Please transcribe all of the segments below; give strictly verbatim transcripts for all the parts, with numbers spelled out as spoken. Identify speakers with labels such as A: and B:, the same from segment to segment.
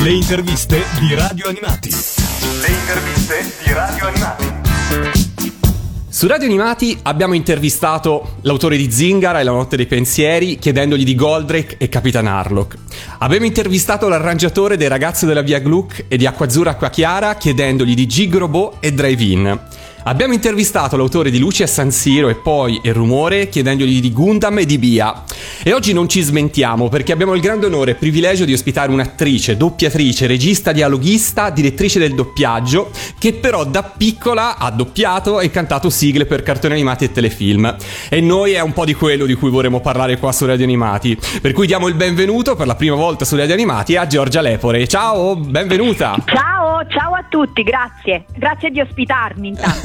A: Le interviste di Radio Animati. Le interviste di Radio Animati. Su Radio Animati abbiamo intervistato l'autore di Zingara e La notte dei pensieri, chiedendogli di Goldrake e Capitan Harlock. Abbiamo intervistato l'arrangiatore dei Ragazzi della Via Gluck e di Acqua Azzurra Acqua Chiara, chiedendogli di Gig Robot e Drive-In. Abbiamo intervistato l'autore di Luci a San Siro e poi Il Rumore, chiedendogli di Gundam e di Bia. E oggi non ci smentiamo, perché abbiamo il grande onore e privilegio di ospitare un'attrice, doppiatrice, regista, dialoghista, direttrice del doppiaggio, che però da piccola ha doppiato e cantato sigle per cartoni animati e telefilm. E noi è un po' di quello di cui vorremmo parlare qua su Radio Animati. Per cui diamo il benvenuto per la prima volta su Radio Animati a Giorgia Lepore. Ciao, benvenuta!
B: Ciao, ciao a tutti, grazie. Grazie di ospitarmi intanto.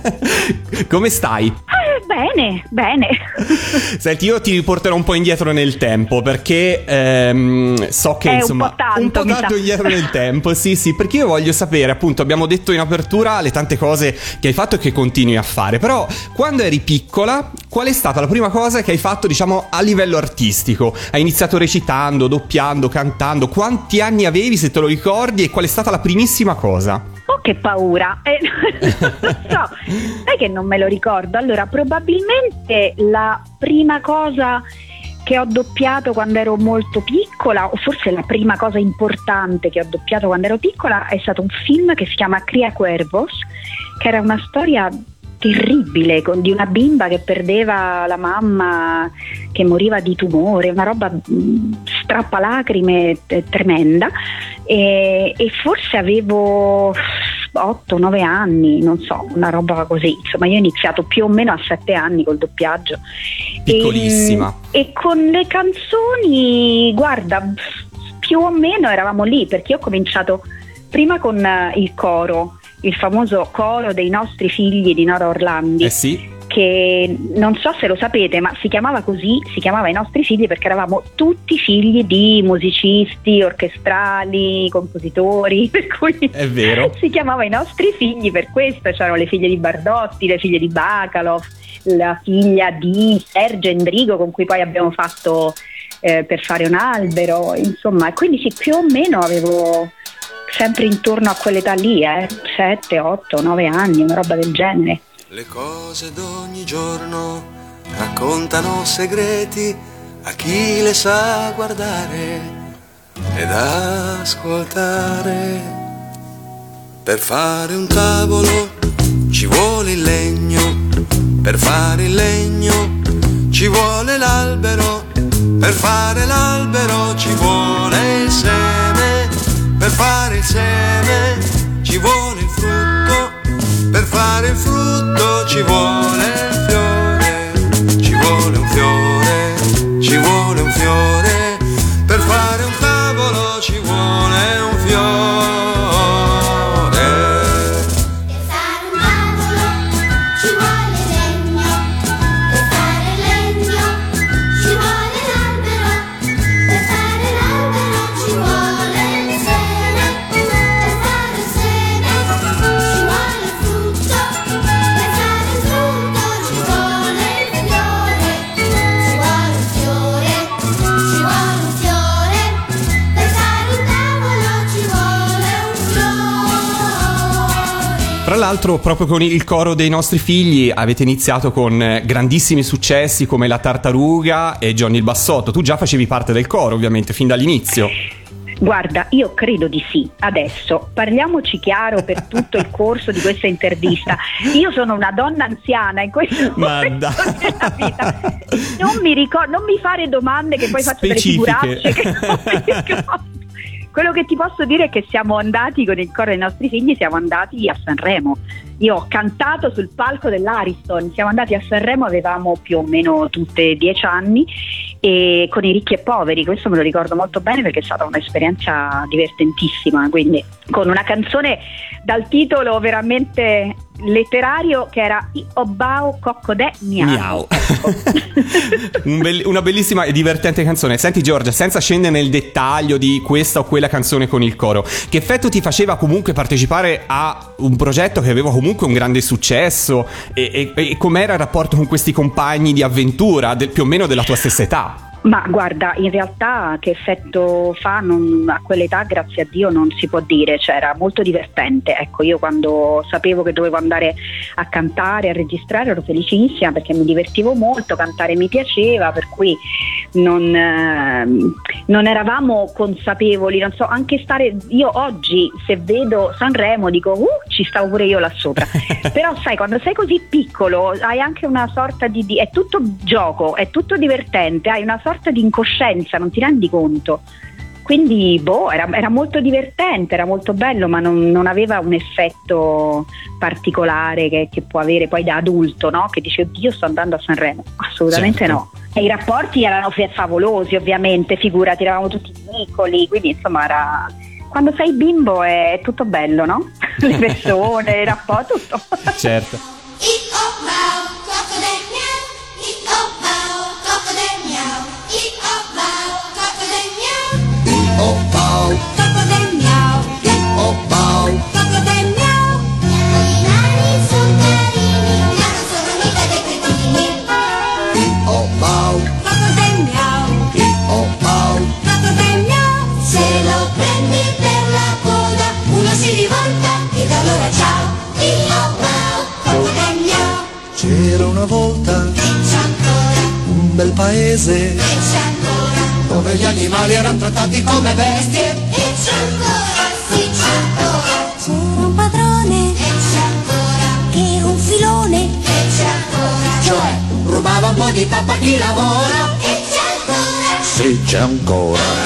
A: Come stai?
B: Eh, bene, bene.
A: Senti, io ti riporterò un po' indietro nel tempo, perché ehm, so che
B: È
A: insomma
B: un po' tanto,
A: un po'
B: mi
A: tanto
B: sa.
A: indietro nel tempo, sì sì, perché io voglio sapere, appunto, abbiamo detto in apertura le tante cose che hai fatto e che continui a fare, però quando eri piccola, qual è stata la prima cosa che hai fatto, diciamo, a livello artistico? Hai iniziato recitando, doppiando, cantando, quanti anni avevi, se te lo ricordi, e qual è stata la primissima cosa?
B: Oh, che paura. Eh, non so, sai che non me lo ricordo. Allora, probabilmente la prima cosa che ho doppiato quando ero molto piccola, o forse la prima cosa importante che ho doppiato quando ero piccola, è stato un film che si chiama Cría Cuervos, che era una storia terribile, con, di una bimba che perdeva la mamma, che moriva di tumore, una roba mh, strappalacrime t- tremenda, e, e forse avevo otto nove anni, non so, una roba così. Insomma, io ho iniziato più o meno a sette anni col doppiaggio.
A: Piccolissima.
B: E, e con le canzoni, guarda, più o meno eravamo lì, perché io ho cominciato prima con uh, il coro, il famoso coro dei nostri figli di Nora Orlandi.
A: Eh sì.
B: Che non so se lo sapete, ma si chiamava così, si chiamava I nostri figli perché eravamo tutti figli di musicisti, orchestrali, compositori, per cui
A: è vero.
B: Si chiamava I nostri figli per questo. C'erano le figlie di Bardotti, le figlie di Bacalov, la figlia di Sergio Endrigo, con cui poi abbiamo fatto eh, Per fare un albero, insomma, quindi sì, più o meno avevo sempre intorno a quell'età lì, eh, sette, otto, nove anni, una roba del genere.
C: Le cose d'ogni giorno raccontano segreti a chi le sa guardare ed ascoltare. Per fare un tavolo ci vuole il legno, per fare il legno ci vuole l'albero, per fare l'albero ci vuole il seme, per fare il seme ci vuole il frutto, per fare il frutto ci vuole il fiore, ci vuole un fiore, ci vuole un fiore, per fare un tavolo ci vuole un fiore.
D: Per fare un tavolo ci vuole legno, per fare il legno ci vuole l'albero, per fare l'albero ci vuole il seme, per fare il seme ci vuole il frutto, per fare il frutto ci vuole il fiore, ci vuole un fiore, ci vuole un fiore, per fare un tavolo ci vuole un fiore.
A: Tra l'altro, proprio con il coro dei nostri figli avete iniziato con eh, grandissimi successi come La Tartaruga e Johnny il Bassotto. Tu già facevi parte del coro, ovviamente, fin dall'inizio.
B: Guarda, io credo di sì. Adesso parliamoci chiaro per tutto il corso di questa intervista. Io sono una donna anziana in questo
A: Ma
B: momento
A: dai.
B: della vita. Non mi ricordo, non mi fare domande che poi faccio
A: Specifiche.
B: delle figuracce che non mi ricordo. Quello che ti posso dire è che siamo andati con il coro dei nostri figli, siamo andati a Sanremo. Io ho cantato sul palco dell'Ariston, siamo andati a Sanremo, avevamo più o meno tutte dieci anni, e con i Ricchi e Poveri, questo me lo ricordo molto bene perché è stata un'esperienza divertentissima, quindi con una canzone dal titolo veramente letterario che era I Obao Coccodè Miau.
A: Miau. Un bell- una bellissima e divertente canzone. Senti Giorgia, senza scendere nel dettaglio di questa o quella canzone con il coro, che effetto ti faceva comunque partecipare a un progetto che aveva comunque un grande successo, e, e, e com'era il rapporto con questi compagni di avventura del, più o meno della tua stessa età?
B: Ma guarda, in realtà che effetto fa non, a quell'età, grazie a Dio, non si può dire, cioè era molto divertente. Ecco, io quando sapevo che dovevo andare a cantare, a registrare, ero felicissima perché mi divertivo molto, cantare mi piaceva, per cui non, eh, non eravamo consapevoli, non so, anche stare, io oggi se vedo Sanremo dico uh, ci stavo pure io là sopra, però sai, quando sei così piccolo hai anche una sorta di, di è tutto gioco, è tutto divertente, hai una sorta di incoscienza, non ti rendi conto. Quindi boh, era, era molto divertente, era molto bello, ma non, non aveva un effetto particolare che, che può avere poi da adulto, no? Che dice oddio sto andando a Sanremo. Assolutamente certo. No. E i rapporti erano favolosi, ovviamente, figurati, eravamo tutti piccoli, quindi insomma era... Quando sei bimbo è tutto bello, no? Le persone, il rapporto, tutto.
A: Certo.
C: C'era una volta un bel paese dove gli animali erano trattati come bestie.
D: E c'è ancora, sì c'è ancora. C'era un padrone, e c'è ancora, che era un filone, e c'è ancora,
C: Cioè rubava un po' di pappa chi lavora.
D: e c'è ancora.
C: Sì c'è ancora.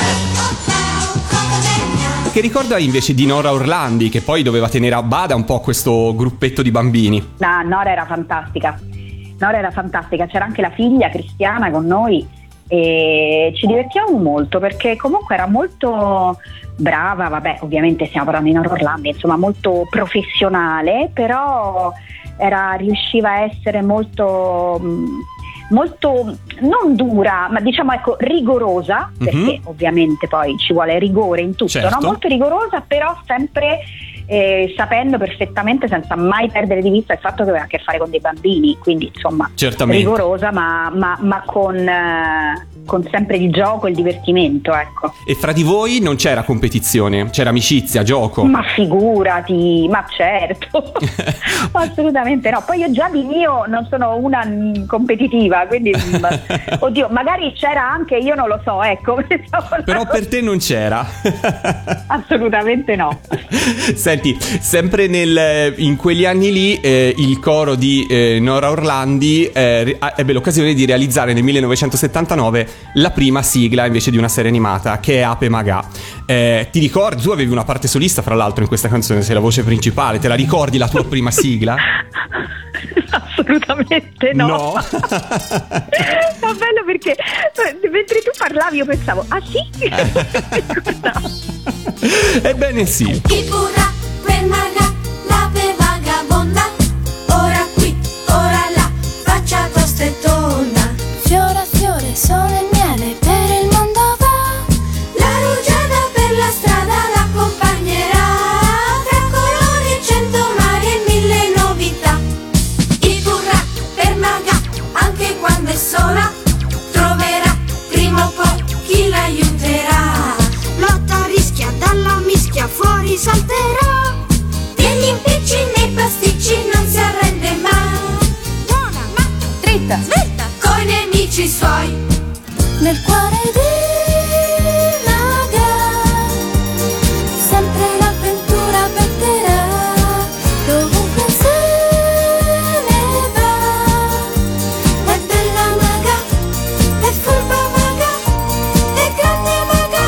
A: Che ricorda invece di Nora Orlandi, che poi doveva tenere a bada un po' questo gruppetto di bambini?
B: No, Nora era fantastica, Nora era fantastica, c'era anche la figlia Cristiana con noi e ci divertivamo molto perché comunque era molto brava, vabbè ovviamente stiamo parlando di Nora Orlandi, insomma molto professionale, però era, riusciva a essere molto... molto non dura, ma diciamo ecco rigorosa, perché
A: mm-hmm.
B: ovviamente poi ci vuole rigore in tutto,
A: certo.
B: no? Molto rigorosa, però sempre eh, sapendo perfettamente, senza mai perdere di vista il fatto che aveva a che fare con dei bambini, quindi insomma
A: Certamente.
B: rigorosa, ma, ma, ma con, eh, con sempre il gioco e il divertimento, ecco.
A: E fra di voi non c'era competizione, c'era amicizia, gioco?
B: Ma figurati, ma certo, assolutamente no. Poi io già di mio non sono una mh, competitiva, quindi mh, oddio, magari c'era anche, io non lo so, ecco.
A: Però per te non c'era.
B: Assolutamente no.
A: Senti, sempre nel, in quegli anni lì eh, il coro di eh, Nora Orlandi eh, ebbe l'occasione di realizzare nel millenovecentosettantanove la prima sigla invece di una serie animata, che è Ape Magà. Eh, ti ricordi? Tu avevi una parte solista fra l'altro in questa canzone, sei la voce principale, te la ricordi la tua prima sigla?
B: Assolutamente no.
A: No.
B: Fa bello perché mentre tu parlavi io pensavo, ah sì?
A: Ebbene sì.
D: Chi burra per maga, l'ape vagabonda, ora qui, ora là, faccia tosta e tonda. Fiore a fiore, sole e miele, per il mondo va. La rugiada per la strada l'accompagnerà. Tra colori, cento mari e mille novità. Chi burra per maga, anche quando è sola, troverà prima o poi chi l'aiuterà. Lotta rischia, dalla mischia fuori salterà. Negli impicci, nei pasticci non si arrende mai. Buona, matta, dritta, svelta, coi nemici suoi. Nel cuore di Maga sempre l'avventura petterà. Dovunque se ne va. È bella Maga, è furba Maga, è grande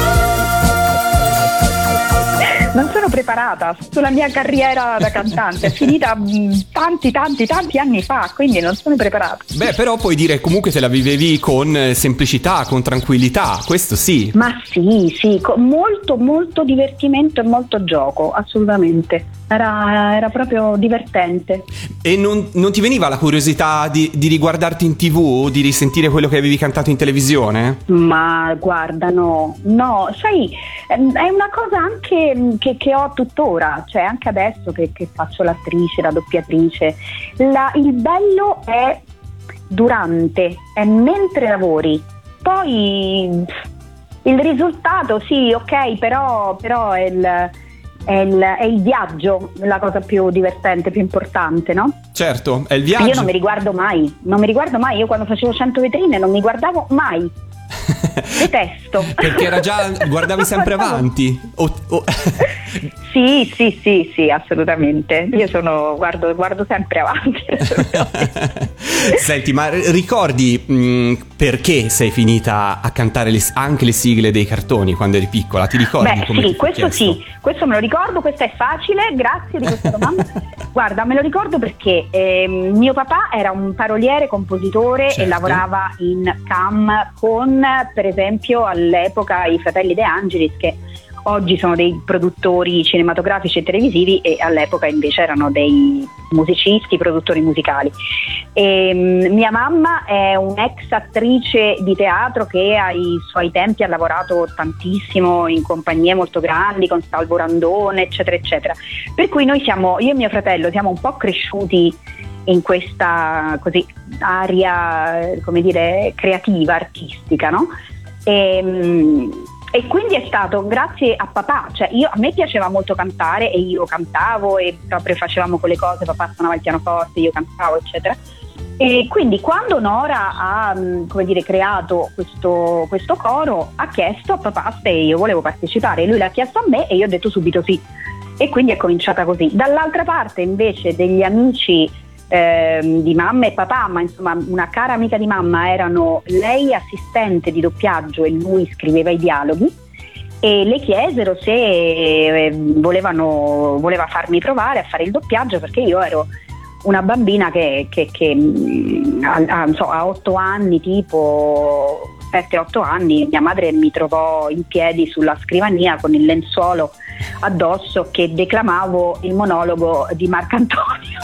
D: Maga.
B: Non sono preparata sulla mia carriera da cantante, è finita mh, tanti tanti tanti anni fa, quindi non sono preparata.
A: Beh, però puoi dire comunque te la vivevi con eh, semplicità, con tranquillità, questo sì.
B: Ma sì, sì, con molto molto divertimento e molto gioco, assolutamente. Era, era proprio divertente.
A: E non, non ti veniva la curiosità di, di riguardarti in tv, di risentire quello che avevi cantato in televisione?
B: Ma guarda, no, no, sai, ehm, è una cosa anche mh, che, che ho tuttora, cioè anche adesso che, che faccio l'attrice, la doppiatrice. La, il bello è durante, è mentre lavori. poi il risultato sì, ok, però, però è il... È il, è il viaggio la cosa più divertente, più importante, no?
A: Certo, è il viaggio.
B: Io non mi riguardo mai, non mi riguardo mai. Io quando facevo cento vetrine non mi guardavo mai. Detesto.
A: Perché era già, guardavi sempre avanti. O, o...
B: Sì, sì, sì, sì, assolutamente. Io sono, guardo, guardo sempre avanti.
A: Senti, ma ricordi mh, perché sei finita a cantare le, anche le sigle dei cartoni quando eri piccola? Ti ricordi?
B: Beh,
A: come
B: sì,
A: ti fu
B: questo
A: chiesto?
B: sì, questo me lo ricordo, questo è facile, grazie di questa domanda. Guarda, me lo ricordo perché ehm, mio papà era un paroliere, compositore,
A: Certo.
B: e lavorava in cam con, per esempio, all'epoca i fratelli De Angelis, che oggi sono dei produttori cinematografici e televisivi e all'epoca invece erano dei musicisti, produttori musicali. E, um, mia mamma è un'ex attrice di teatro che ai suoi tempi ha lavorato tantissimo in compagnie molto grandi, con Salvo Randone, eccetera, eccetera. Per cui noi siamo, io e mio fratello, siamo un po' cresciuti in questa così aria, come dire, creativa, artistica, no? E, um, E quindi è stato grazie a papà, cioè io, a me piaceva molto cantare e io cantavo e proprio facevamo quelle cose, papà suonava il pianoforte, io cantavo, eccetera. E quindi quando Nora ha, come dire, creato questo, questo coro, ha chiesto a papà se io volevo partecipare, lui l'ha chiesto a me e io ho detto subito sì. E quindi è cominciata così. Dall'altra parte invece degli amici eh, di mamma e papà, ma insomma una cara amica di mamma, erano lei assistente di doppiaggio e lui scriveva i dialoghi, e le chiesero se eh, volevano, voleva farmi provare a fare il doppiaggio, perché io ero una bambina che, che, che a, a, so, a otto anni, tipo sette otto anni, mia madre mi trovò in piedi sulla scrivania con il lenzuolo addosso che declamavo il monologo di Marcantonio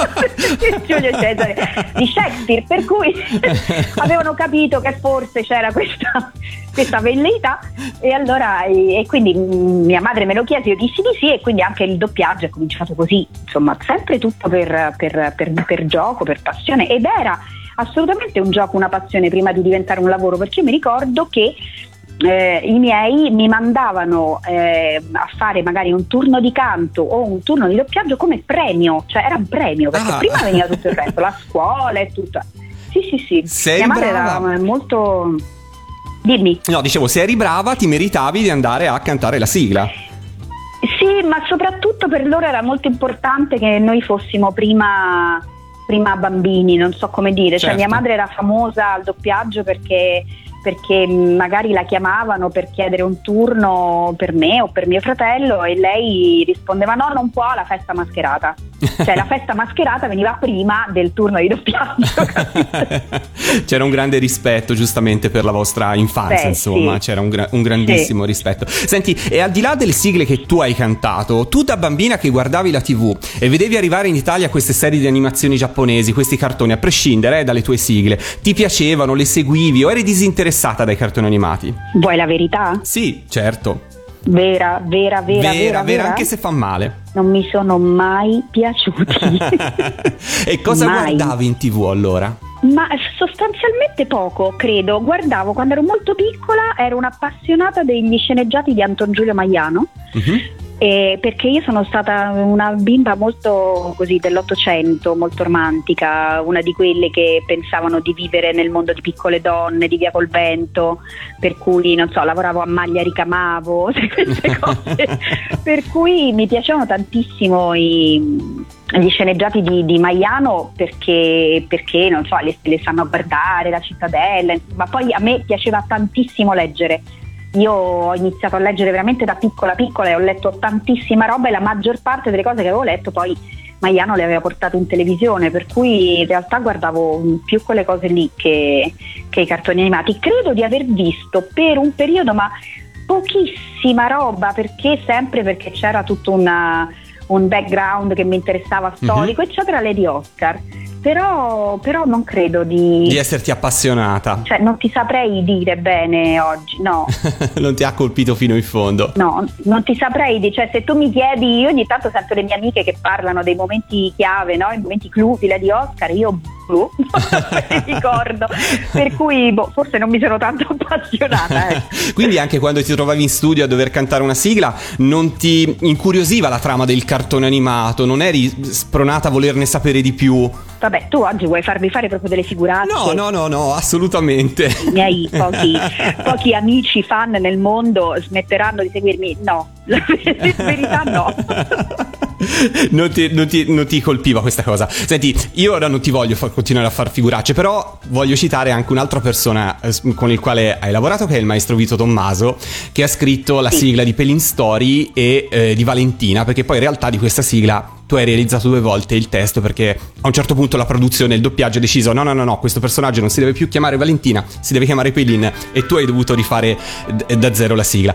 B: Giulio Cesare di Shakespeare, per cui avevano capito che forse c'era questa, questa velleità, e allora e, e quindi mia madre me lo chiese, io dissi di sì, e quindi anche il doppiaggio è cominciato così, insomma sempre tutto per, per, per, per gioco, per passione, ed era assolutamente un gioco, una passione prima di diventare un lavoro, perché io mi ricordo che Eh, i miei mi mandavano eh, a fare magari un turno di canto o un turno di doppiaggio come premio, cioè era un premio, perché
A: ah.
B: prima veniva tutto il resto, la scuola e tutto. Sì, sì, sì.
A: Sei
B: mia madre
A: brava.
B: era molto. Dimmi.
A: No, dicevo, se eri brava ti meritavi di andare a cantare la sigla.
B: Sì, ma soprattutto per loro era molto importante che noi fossimo prima prima bambini, non so come dire,
A: Certo.
B: Cioè mia madre era famosa al doppiaggio perché perché magari la chiamavano per chiedere un turno per me o per mio fratello e lei rispondeva no, non può, la festa mascherata. Cioè la festa mascherata veniva prima del turno di doppiaggio.
A: C'era un grande rispetto giustamente per la vostra infanzia. Beh, insomma sì. C'era un, gra- un grandissimo sì. rispetto. Senti, e al di là delle sigle che tu hai cantato, tu da bambina che guardavi la tivù e vedevi arrivare in Italia queste serie di animazioni giapponesi, questi cartoni, a prescindere eh, dalle tue sigle, ti piacevano, le seguivi o eri disinteressata dai cartoni animati?
B: Vuoi la verità?
A: Sì, certo.
B: Vera, vera, vera, vera, vera,
A: vera, anche se fa male.
B: Non mi sono mai piaciuti.
A: E cosa
B: mai.
A: guardavi in tivù allora?
B: Ma sostanzialmente poco, credo. Guardavo quando ero molto piccola, ero un'appassionata degli sceneggiati di Anton Giulio Maiano. Uh-huh. Eh, perché io sono stata una bimba molto così dell'Ottocento, molto romantica, una di quelle che pensavano di vivere nel mondo di Piccole donne, di Via col vento, per cui non so, lavoravo a maglia, ricamavo queste cose, per cui mi piacevano tantissimo i, gli sceneggiati di, di Maiano perché, perché non so, le, le sanno guardare, La Cittadella, ma poi a me piaceva tantissimo leggere. Io ho iniziato a leggere veramente da piccola piccola e ho letto tantissima roba, e la maggior parte delle cose che avevo letto poi Maiano le aveva portate in televisione, per cui in realtà guardavo più quelle cose lì che, che i cartoni animati. Credo di aver visto per un periodo, ma pochissima roba, perché sempre perché c'era tutto una, un background che mi interessava, storico, mm-hmm. eccetera, Lady Oscar. Però, però non credo di...
A: Di esserti appassionata.
B: Cioè non ti saprei dire bene oggi, no.
A: Non ti ha colpito fino in fondo.
B: No, non ti saprei dire, cioè se tu mi chiedi, io ogni tanto sento le mie amiche che parlano dei momenti chiave, no? I momenti clou di Lady Oscar, io blu, non me ne ricordo, per cui boh, forse non mi sono tanto appassionata. Eh.
A: Quindi anche quando ti trovavi in studio a dover cantare una sigla non ti incuriosiva la trama del cartone animato, non eri spronata a volerne sapere di più?
B: Vabbè, tu oggi vuoi farmi fare proprio delle figuracce?
A: No, no, no, no, assolutamente.
B: I miei pochi, pochi amici fan nel mondo smetteranno di seguirmi? No, la verità no.
A: Non ti, non, ti, non ti colpiva questa cosa. Senti, io ora non ti voglio far continuare a far figuracce, però voglio citare anche un'altra persona eh, con il quale hai lavorato, che è il maestro Vito Tommaso, che ha scritto la
B: sì.
A: sigla di Pelin Story e eh, di Valentina, perché poi in realtà di questa sigla tu hai realizzato due volte il testo, perché a un certo punto la produzione, il doppiaggio ha deciso no no no no, questo personaggio non si deve più chiamare Valentina, si deve chiamare Pelin, e tu hai dovuto rifare d- da zero la sigla.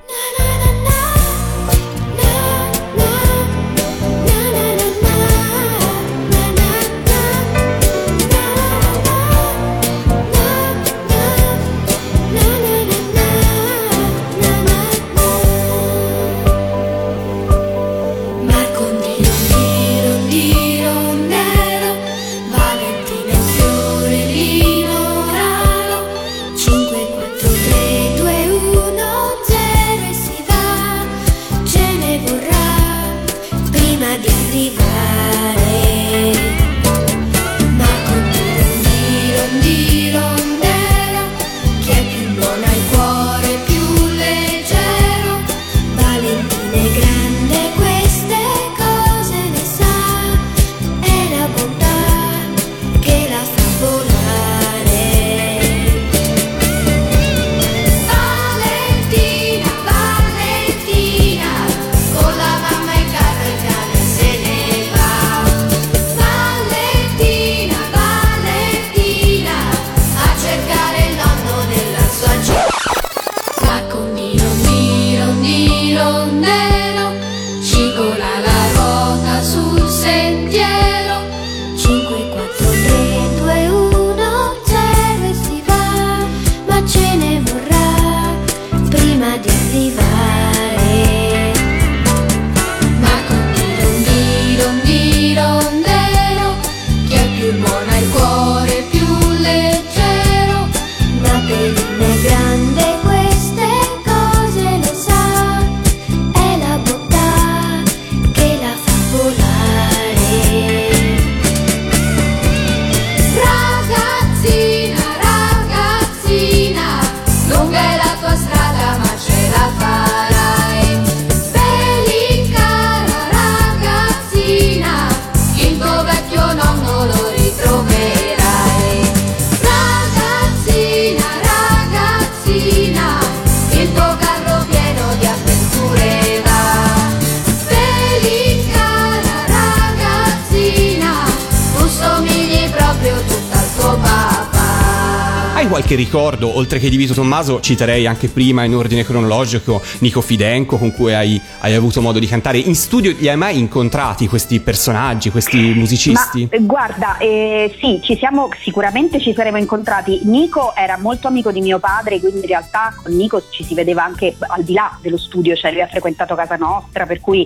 A: Qualche ricordo, oltre che di Vito Tommaso, citerei anche prima in ordine cronologico Nico Fidenco, con cui hai, hai avuto modo di cantare. In studio li hai mai incontrati questi personaggi, questi musicisti?
B: Ma, guarda, eh, sì, ci siamo, sicuramente ci saremo incontrati. Nico era molto amico di mio padre, quindi in realtà con Nico ci si vedeva anche al di là dello studio, cioè lui ha frequentato casa nostra, per cui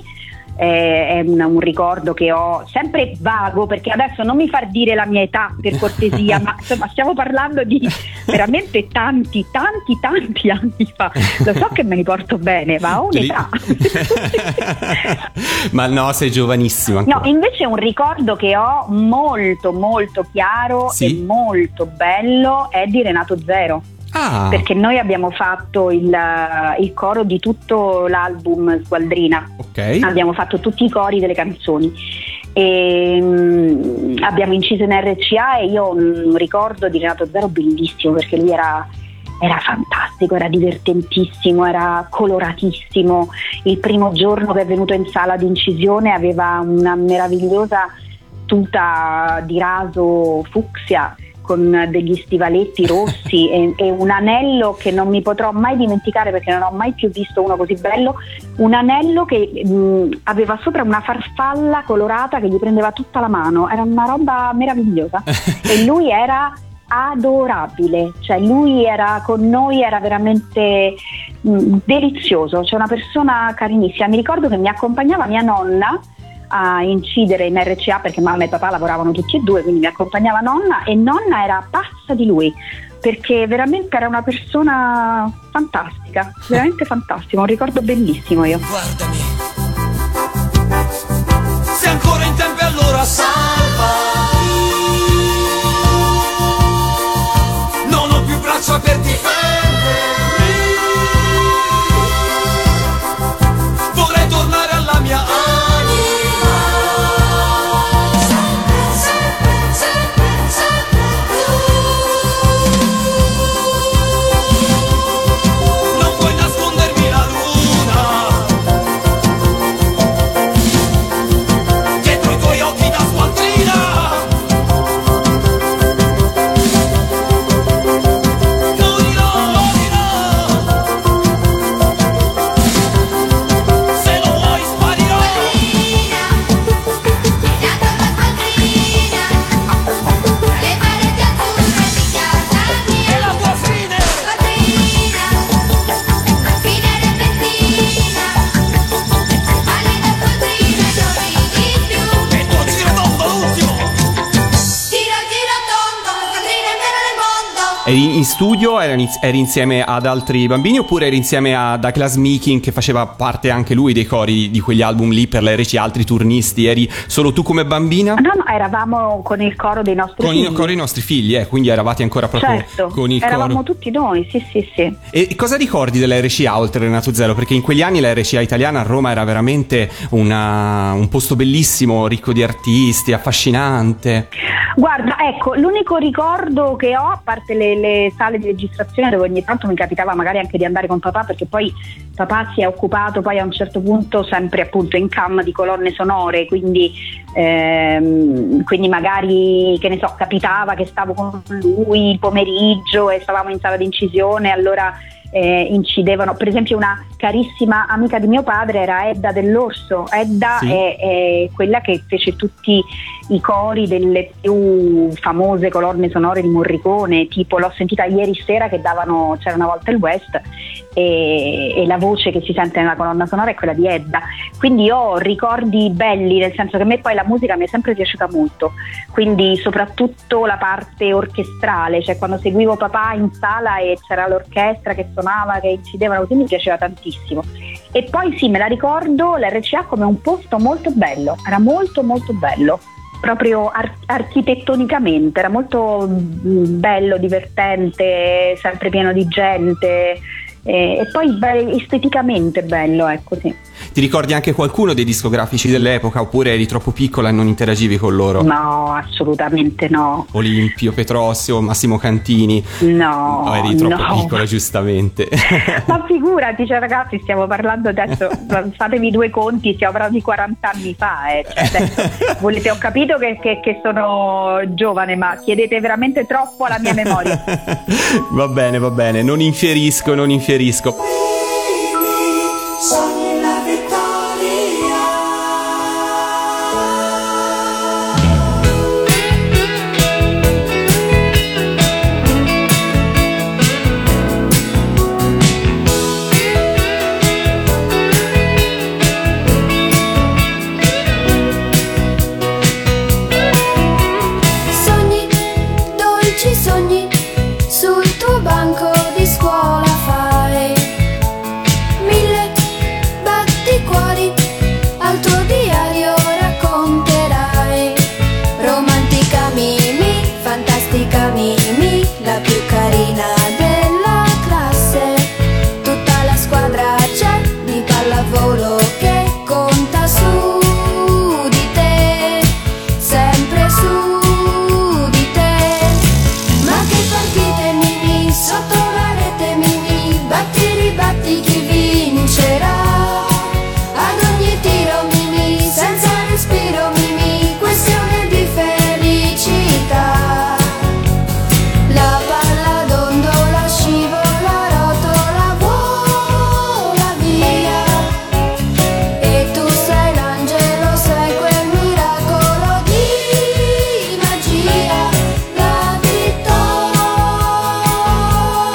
B: è un, un ricordo che ho sempre vago, perché adesso non mi far dire la mia età per cortesia, ma insomma stiamo parlando di veramente tanti tanti tanti anni fa. Lo so che me li porto bene, ma ho un'età.
A: Ma no, sei giovanissimo ancora.
B: No, invece un ricordo che ho molto molto chiaro, sì, e molto bello è di Renato Zero.
A: Ah.
B: Perché noi abbiamo fatto il, il coro di tutto l'album Sgualdrina.
A: Ok.
B: Abbiamo fatto tutti i cori delle canzoni e um, abbiamo inciso in R C A, e io ho un ricordo di Renato Zero bellissimo, perché lui era, era fantastico, era divertentissimo, era coloratissimo. Il primo giorno che è venuto in sala di incisione aveva una meravigliosa tuta di raso fucsia con degli stivaletti rossi e, e un anello che non mi potrò mai dimenticare, perché non ho mai più visto uno così bello, un anello che mh, aveva sopra una farfalla colorata che gli prendeva tutta la mano, era una roba meravigliosa. E lui era adorabile, cioè lui era con noi, era veramente mh, delizioso, cioè una persona carinissima. Mi ricordo che mi accompagnava mia nonna a incidere in R C A perché mamma e papà lavoravano tutti e due, quindi mi accompagnava nonna, e nonna era pazza di lui perché veramente era una persona fantastica, veramente fantastica, un ricordo bellissimo io.
C: Guardami, sei ancora in tempo, allora salva. Non ho più braccia per difendermi, vorrei tornare alla mia anima. Sempre, sempre, sempre, tu non puoi nascondermi la luna dietro i tuoi occhi da squattrina. Morirò, morirò, se lo vuoi sparirò.
D: Patrina, è nata una patrina, tra le pareti azzurre di casa mia.
C: E la tua fine
D: Patrina, fine repentina, pallida patrina, non ridi più.
C: e il tuo giro tondo l'ultimo.
D: Giro, giro tondo, Patrina è vera nel mondo.
A: Eri in studio, eri, iniz- eri insieme ad altri bambini oppure eri insieme a Douglas Meeking, che faceva parte anche lui dei cori di quegli album lì per la R C A, altri turnisti? Eri solo tu come bambina?
B: No, no, eravamo con il coro dei nostri
A: Con
B: figli.
A: i, con i nostri figli, eh, quindi eravate ancora proprio
B: Certo,
A: con il
B: eravamo
A: coro.
B: tutti noi, sì sì sì.
A: E cosa ricordi della R C A oltre Renato Zero? Perché in quegli anni la R C A italiana a Roma era veramente una- un posto bellissimo, ricco di artisti, affascinante.
B: Guarda, ecco, l'unico ricordo che ho, a parte le, le sale di registrazione dove ogni tanto mi capitava magari anche di andare con papà, perché poi papà si è occupato poi a un certo punto sempre appunto in cam di colonne sonore, quindi, ehm, quindi magari, che ne so, capitava che stavo con lui il pomeriggio e stavamo in sala di incisione, allora eh, incidevano. Per esempio una carissima amica di mio padre era Edda Dell'Orso. Edda
A: Sì.
B: è, è quella che fece tutti i cori delle più famose colonne sonore di Morricone, tipo l'ho sentita ieri sera che davano C'era una volta il West, e, e la voce che si sente nella colonna sonora è quella di Edda, quindi io ho ricordi belli, nel senso che a me poi la musica mi è sempre piaciuta molto, quindi soprattutto la parte orchestrale, cioè quando seguivo papà in sala e c'era l'orchestra che suonava, che incidevano così, mi piaceva tantissimo. E poi sì, me la ricordo l'R C A come un posto molto bello, era molto molto bello, proprio ar- architettonicamente era molto mm, bello, divertente, sempre pieno di gente, e, e poi be- esteticamente bello, ecco, sì.
A: Ti ricordi anche qualcuno dei discografici dell'epoca oppure eri troppo piccola e non interagivi con loro?
B: No, assolutamente no.
A: Olimpio, Petrosio, Massimo Cantini?
B: No,
A: O eri troppo
B: no.
A: piccola, giustamente.
B: Ma figurati, cioè ragazzi, stiamo parlando adesso, fatevi due conti, stiamo parlando di quaranta anni fa, eh. Cioè, adesso, volete, ho capito che, che, che sono giovane, ma chiedete veramente troppo alla mia memoria.
A: Va bene, va bene, non infierisco, non infierisco.
C: Sogni la vittoria.
D: Sogni, dolci sogni, sul tuo banco di scuola fai mille batticuori, al tuo diario racconterai. Romantica Mimi, fantastica Mimi, la più carina della classe. Tutta la squadra c'è di pallavolo che conta su di te, sempre su di te. Ma che partite Mimi, sotto la rete Mimi, batti ribatti chi vincerà. Ad ogni tiro Mimi, senza respiro Mimi, questione di felicità. La palla dondola scivola, rotola, vola via. E tu sei l'angelo, sei quel miracolo di magia. La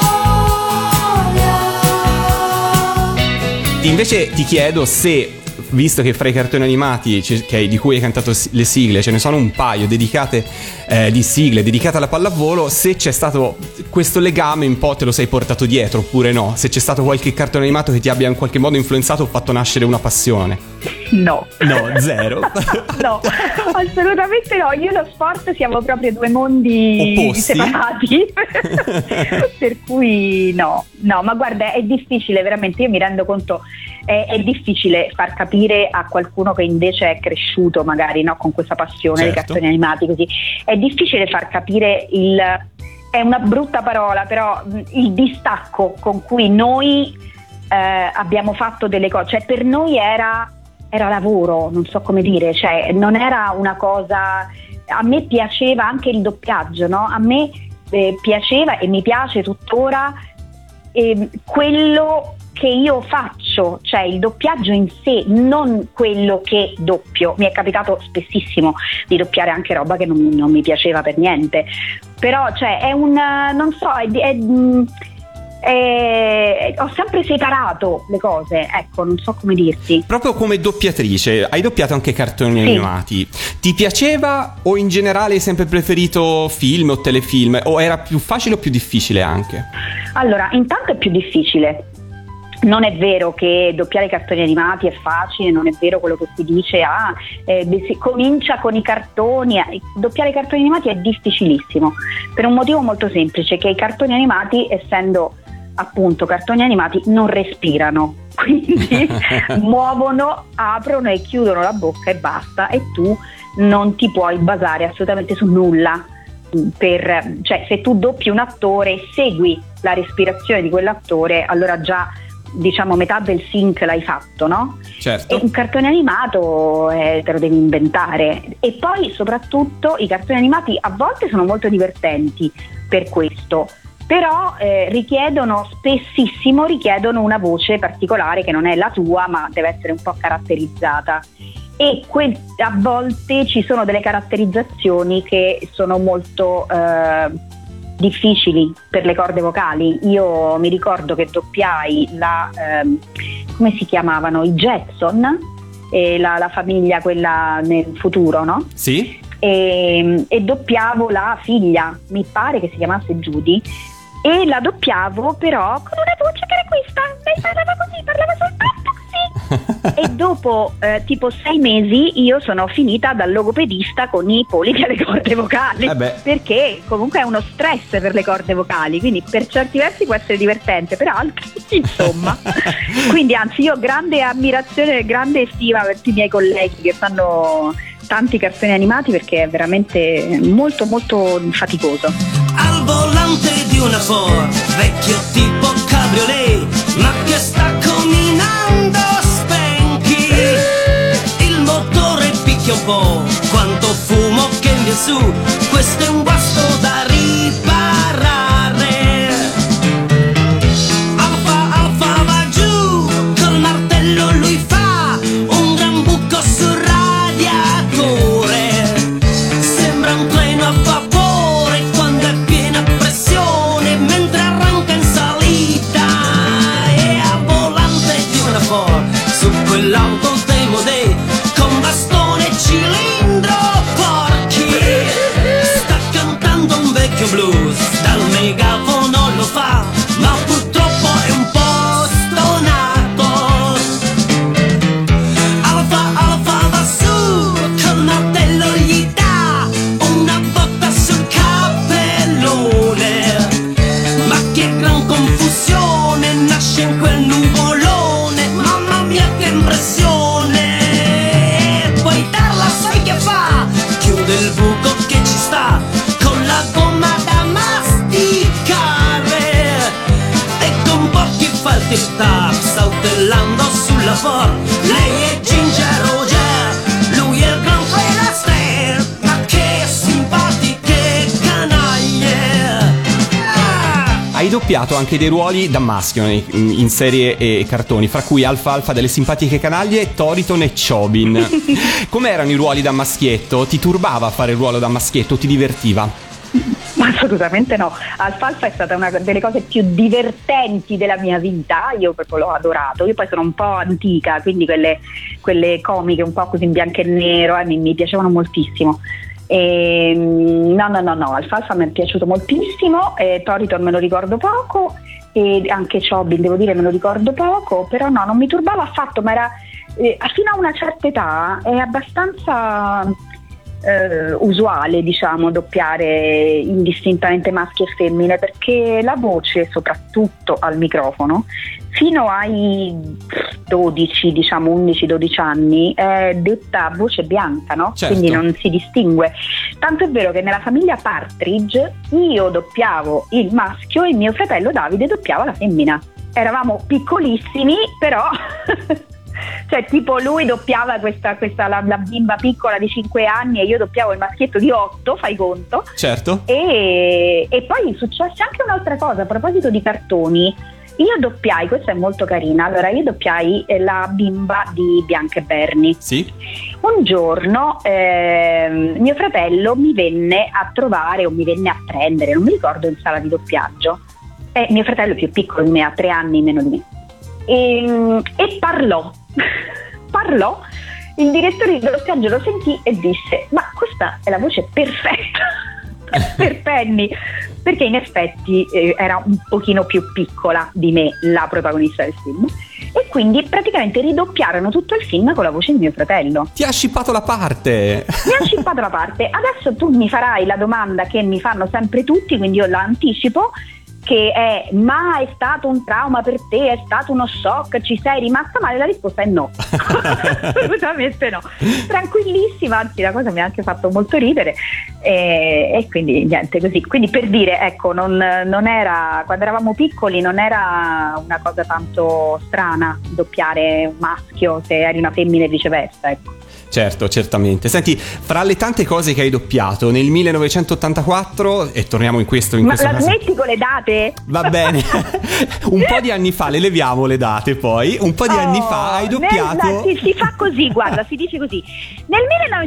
D: vittoria.
A: Invece ti chiedo se visto che fra i cartoni animati che, di cui hai cantato le sigle ce ne sono un paio dedicate eh, di sigle dedicate alla pallavolo, se c'è stato questo legame un po' te lo sei portato dietro oppure no? Se c'è stato qualche cartone animato che ti abbia in qualche modo influenzato o fatto nascere una passione?
B: No.
A: No, zero.
B: No, assolutamente no. Io e lo sport siamo proprio due mondi
A: opposti,
B: separati. Per cui no, no, ma guarda, è difficile veramente, io mi rendo conto, è, è difficile far capire a qualcuno che invece è cresciuto magari, no, con questa passione
A: certo.
B: dei cartoni animati così. È difficile far capire il, è una brutta parola, però il distacco con cui noi eh, abbiamo fatto delle cose, cioè per noi era era lavoro, non so come dire, cioè non era una cosa. A me piaceva anche il doppiaggio, no? A me eh, piaceva e mi piace tuttora eh, quello che io faccio, cioè il doppiaggio in sé, non quello che doppio. Mi è capitato spessissimo di doppiare anche roba che non, non mi piaceva per niente, però cioè è un, non so, è, è Eh, ho sempre separato le cose, ecco, non so come dirti.
A: Proprio come doppiatrice, hai doppiato anche cartoni sì. animati. Ti piaceva o in generale hai sempre preferito film o telefilm? O era più facile o più difficile anche?
B: Allora, intanto è più difficile. Non è vero che doppiare i cartoni animati è facile, non è vero quello che si dice, ah, eh, si comincia con i cartoni. Doppiare i cartoni animati è difficilissimo, per un motivo molto semplice, che i cartoni animati, essendo appunto cartoni animati, non respirano, quindi muovono, aprono e chiudono la bocca e basta, e tu non ti puoi basare assolutamente su nulla. Per, cioè, se tu doppi un attore e segui la respirazione di quell'attore, allora già diciamo metà del sync l'hai fatto, no?
A: Certo.
B: E un cartone animato eh, te lo devi inventare. E poi soprattutto i cartoni animati a volte sono molto divertenti per questo, però eh, richiedono spessissimo richiedono una voce particolare che non è la tua, ma deve essere un po' caratterizzata, e quel, a volte ci sono delle caratterizzazioni che sono molto eh, difficili per le corde vocali. Io mi ricordo che doppiai la eh, come si chiamavano, i Jetson, e la, la famiglia quella nel futuro, no?
A: Sì.
B: E, e doppiavo la figlia, mi pare che si chiamasse Judy, e la doppiavo però con una voce che era questa, lei parlava così, parlava soltanto così. E dopo eh, tipo sei mesi io sono finita dal logopedista con i polipi alle corde vocali,
A: eh
B: perché comunque è uno stress per le corde vocali, quindi per certi versi può essere divertente, per altri insomma. Quindi anzi, io ho grande ammirazione, grande stima per tutti i miei colleghi che fanno tanti cartoni animati, perché è veramente molto molto faticoso.
E: Al volante di una Ford, vecchio tipo cabriolet, ma che sta combinando spenchi. Il motore picchia un po', quanto fumo che viene su, questo è un guasto da riparare. Alfa, alfa va giù, col martello lui fa un gran buco sul radiatore. Sembra un treno a vapore quando è piena pressione, mentre arranca in salita. E al volante di una Ford, su quell'auto demodè, con bastone e cilindro porchi, sta cantando un vecchio blues, dal megafono lo fa, ma purtroppo è un po' stonato. Alfa, alfa va su, col martello gli dà una botta sul cappellone, ma che gran confusione nasce in quel nuvolone, mamma mia che impressione. E poi Darla sai che fa? Chiude il buco che ci sta con la gomma da masticare, e con pochi fa il tic-tac saltellando sulla Ford. Lei è Ginger Roger, lui è il gran Fred Astaire, ma che simpatiche canaglie. Ah!
A: Hai doppiato anche dei ruoli da maschio in, in serie e cartoni, fra cui Alfa Alfa delle simpatiche canaglie, Toriton e Chobin. Com'erano i ruoli da maschietto? Ti turbava fare il ruolo da maschietto? Ti divertiva?
B: Ma assolutamente no, Alfalfa è stata una delle cose più divertenti della mia vita, io proprio l'ho adorato. Io poi sono un po' antica, quindi quelle, quelle comiche un po' così in bianco e nero eh, mi, mi piacevano moltissimo. E, no no no no Alfalfa mi è piaciuto moltissimo, e Toriton me lo ricordo poco, e anche Chobin devo dire me lo ricordo poco, però no, non mi turbava affatto, ma era eh, fino a una certa età è abbastanza eh, usuale, diciamo, doppiare indistintamente maschi e femmine, perché la voce, soprattutto al microfono, fino ai dodici, diciamo undici dodici anni, è detta voce bianca, no?
A: Certo.
B: Quindi non si distingue. Tanto è vero che nella famiglia Partridge io doppiavo il maschio e mio fratello Davide doppiava la femmina. Eravamo piccolissimi, però cioè tipo lui doppiava questa, questa la, la bimba piccola di cinque anni e io doppiavo il maschietto di otto, fai conto.
A: Certo.
B: E, e poi successe anche un'altra cosa a proposito di cartoni. Io doppiai, questa è molto carina, allora io doppiai eh, la bimba di Bianca e Bernie.
A: Sì.
B: Un giorno eh, mio fratello mi venne a trovare o mi venne a prendere, non mi ricordo, in sala di doppiaggio. E mio fratello è più piccolo di me, ha tre anni meno di me. E, e parlò, parlò, il direttore di doppiaggio lo sentì e disse: ma questa è la voce perfetta per Penny, perché in effetti eh, era un pochino più piccola di me la protagonista del film, e quindi praticamente ridoppiarono tutto il film con la voce di mio fratello.
A: Ti ha scippato la parte.
B: Mi ha scippato la parte. Adesso tu mi farai la domanda che mi fanno sempre tutti, quindi io la anticipo, che è: ma è stato un trauma per te? È stato uno shock? Ci sei rimasta male? La risposta è no. Assolutamente no. Tranquillissima, anzi la cosa mi ha anche fatto molto ridere, e, e quindi niente, così. Quindi per dire, ecco, non, non era, quando eravamo piccoli non era una cosa tanto strana doppiare un maschio se eri una femmina e viceversa, ecco.
A: Certo, certamente. Senti, fra le tante cose che hai doppiato nel millenovecentottantaquattro, e torniamo in questo in
B: Ma
A: questo
B: la
A: caso...
B: smetti con le date?
A: Va bene. Un po' di anni fa, le leviamo le date poi. Un po' di
B: Oh,
A: anni fa hai doppiato...
B: Nel, si, si fa così, guarda, si dice così. Nel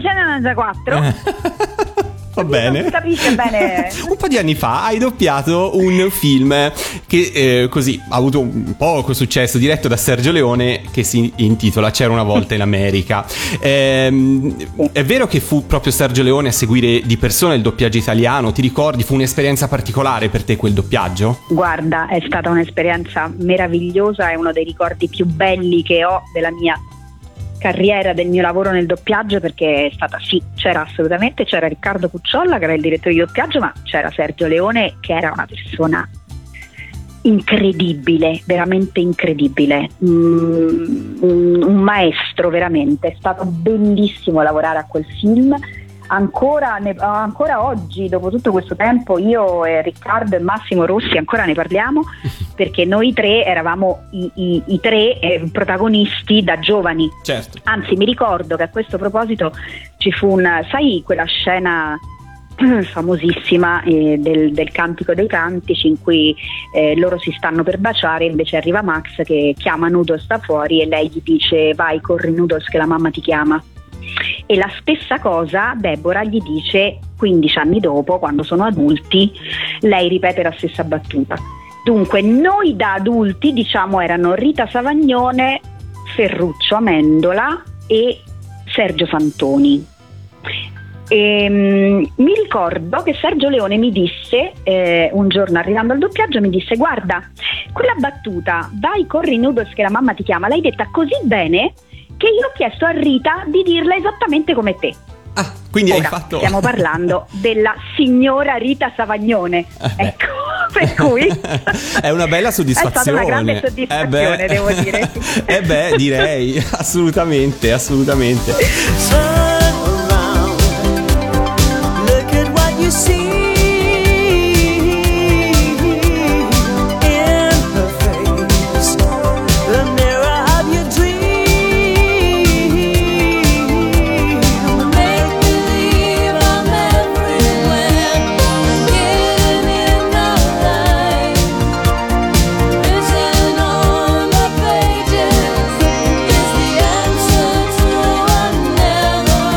B: millenovecentonovantaquattro...
A: Va bene.
B: Non si capisce bene.
A: Un po' di anni fa hai doppiato un film che eh, così ha avuto un poco successo, diretto da Sergio Leone, che si intitola C'era una volta in America. Ehm, è vero che fu proprio Sergio Leone a seguire di persona il doppiaggio italiano? Ti ricordi? Fu un'esperienza particolare per te quel doppiaggio?
B: Guarda, è stata un'esperienza meravigliosa, è uno dei ricordi più belli che ho della mia carriera, del mio lavoro nel doppiaggio, perché è stata, sì, c'era assolutamente, c'era Riccardo Pucciolla che era il direttore di doppiaggio, ma c'era Sergio Leone che era una persona incredibile, veramente incredibile, mm, un, un maestro veramente. È stato bellissimo lavorare a quel film. Ancora, ne, ancora oggi, dopo tutto questo tempo, io e Riccardo e Massimo Rossi ancora ne parliamo, perché noi tre eravamo i, i, i tre eh, protagonisti da giovani.
A: Certo.
B: Anzi, mi ricordo che a questo proposito ci fu una, sai, quella scena famosissima eh, del, del Cantico dei Cantici, in cui eh, loro si stanno per baciare, invece arriva Max che chiama Noodles da fuori e lei gli dice: vai, corri Noodles che la mamma ti chiama. E la stessa cosa Deborah gli dice quindici anni dopo, quando sono adulti, lei ripete la stessa battuta. Dunque noi da adulti, diciamo, erano Rita Savagnone, Ferruccio Amendola e Sergio Fantoni. E, um, mi ricordo che Sergio Leone mi disse eh, un giorno, arrivando al doppiaggio, mi disse: guarda, quella battuta vai corri Noodles che la mamma ti chiama, l'hai detta così bene che io ho chiesto a Rita di dirla esattamente come te.
A: Ah, quindi
B: Ora,
A: hai fatto...
B: stiamo parlando della signora Rita Savagnone.
A: Eh
B: ecco, per cui
A: è una bella soddisfazione.
B: È stata una grande soddisfazione,
A: eh
B: devo dire.
A: Eh beh, direi, assolutamente, assolutamente.
E: Turn around, look at what you see.
D: Never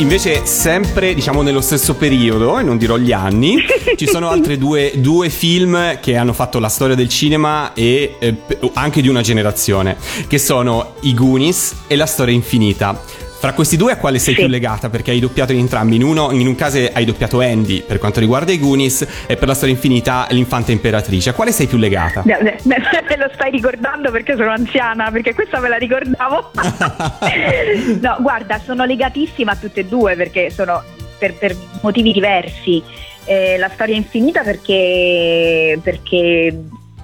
A: Invece sempre, diciamo, nello stesso periodo, e non dirò gli anni, ci sono altri due, due film che hanno fatto la storia del cinema e eh, anche di una generazione, che sono I Goonies e La Storia Infinita. Fra questi due a quale sei
B: Sì.
A: più legata? Perché hai doppiato in entrambi. In uno, in un caso hai doppiato Andy per quanto riguarda i Goonies, e per La Storia Infinita l'Infanta Imperatrice. A quale sei più legata?
B: Me me lo stai ricordando perché sono anziana, perché questa me la ricordavo. No, guarda, sono legatissima a tutte e due perché sono per, per motivi diversi. Eh, La Storia Infinita perché perché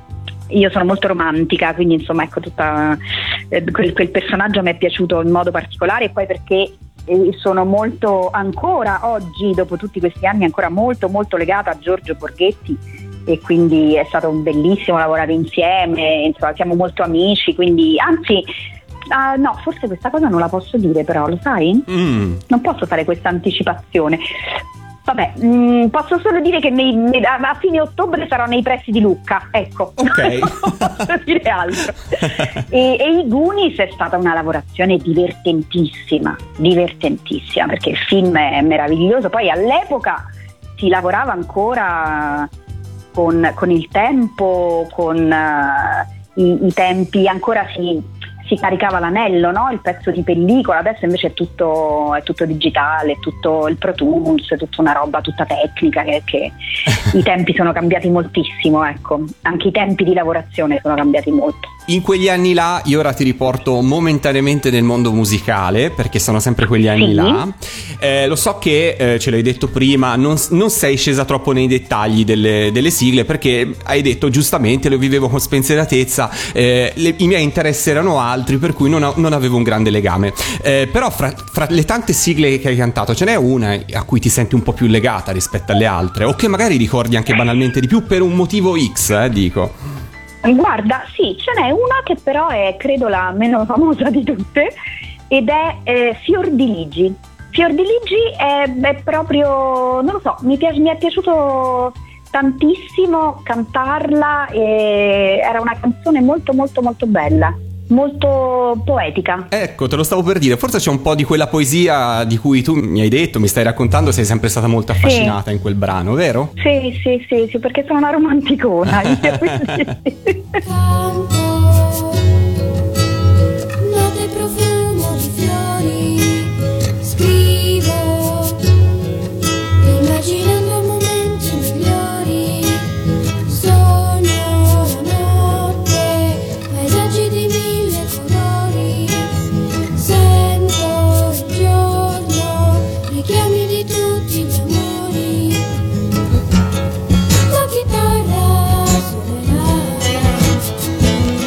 B: io sono molto romantica, quindi insomma ecco tutta eh, quel, quel personaggio mi è piaciuto in modo particolare, e poi perché eh, sono molto ancora oggi, dopo tutti questi anni, ancora molto molto legata a Giorgio Borghetti, e quindi è stato bellissimo lavorare insieme, insomma siamo molto amici, quindi anzi uh, no, forse questa cosa non la posso dire, però lo sai?
A: Mm.
B: Non posso fare questa anticipazione. Vabbè, mh, posso solo dire che nei, nei, a fine ottobre sarò nei pressi di Lucca, ecco.
A: Ok.
B: Non posso dire altro. E, e i Goonies è stata una lavorazione divertentissima, divertentissima, perché il film è meraviglioso. Poi all'epoca si lavorava ancora con, con il tempo, con uh, i, i tempi, ancora si... si caricava l'anello, no? Il pezzo di pellicola. Adesso invece è tutto, è tutto digitale, è tutto il Pro Tools, è tutta una roba tutta tecnica, che, che i tempi sono cambiati moltissimo, ecco, anche i tempi di lavorazione sono cambiati molto.
A: In quegli anni là, io ora ti riporto momentaneamente nel mondo musicale, perché sono sempre quegli anni
B: Sì.
A: là. Eh, lo so che, eh, ce l'hai detto prima, non, non sei scesa troppo nei dettagli delle, delle sigle, perché hai detto giustamente, lo vivevo con spensieratezza, eh, le, i miei interessi erano altri, per cui non, ho, non avevo un grande legame. Eh, però fra, fra le tante sigle che hai cantato, ce n'è una a cui ti senti un po' più legata rispetto alle altre, o che magari ricordi anche banalmente di più per un motivo X, eh, dico.
B: Guarda, sì, ce n'è una che però è credo la meno famosa di tutte, ed è eh, Fior di Ligi. Fior di Ligi è, è proprio, non lo so, mi, piace, mi è piaciuto tantissimo cantarla, e era una canzone molto molto molto bella, molto poetica.
A: Ecco, te lo stavo per dire, forse c'è un po' di quella poesia di cui tu mi hai detto, mi stai raccontando, sei sempre stata molto affascinata in quel brano, vero?
B: Sì, sì, sì, sì, perché sono una romanticona. Io, quindi...
D: Canto, note e profumo di fiori, scrivo, immaginando momenti migliori, sogno la notte, paesaggi di mille colori, sento il giorno, richiami di tutti gli amori, la chitarra suonerà.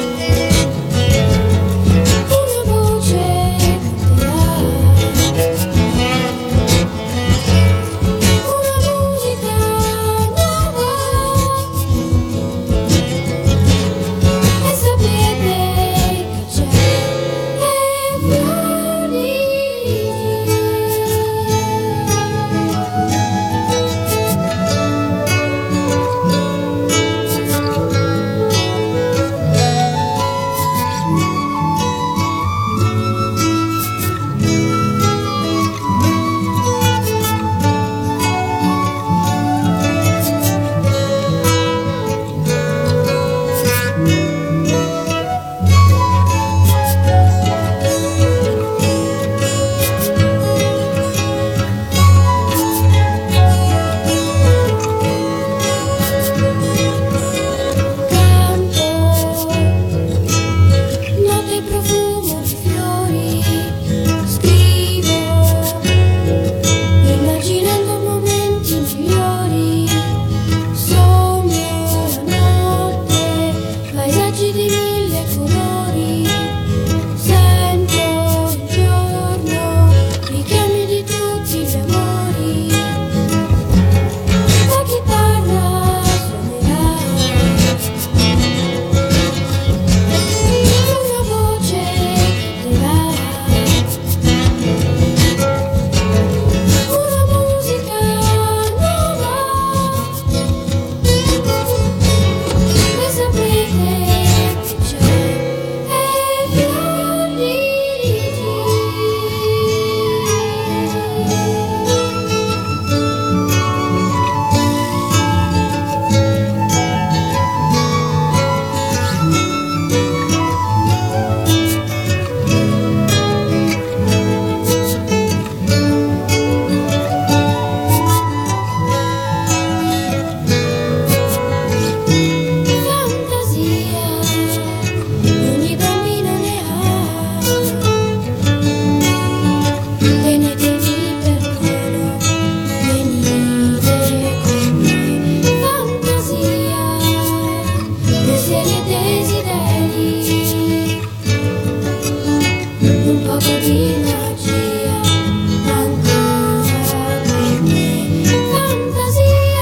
D: magia, ancora per me, fantasia.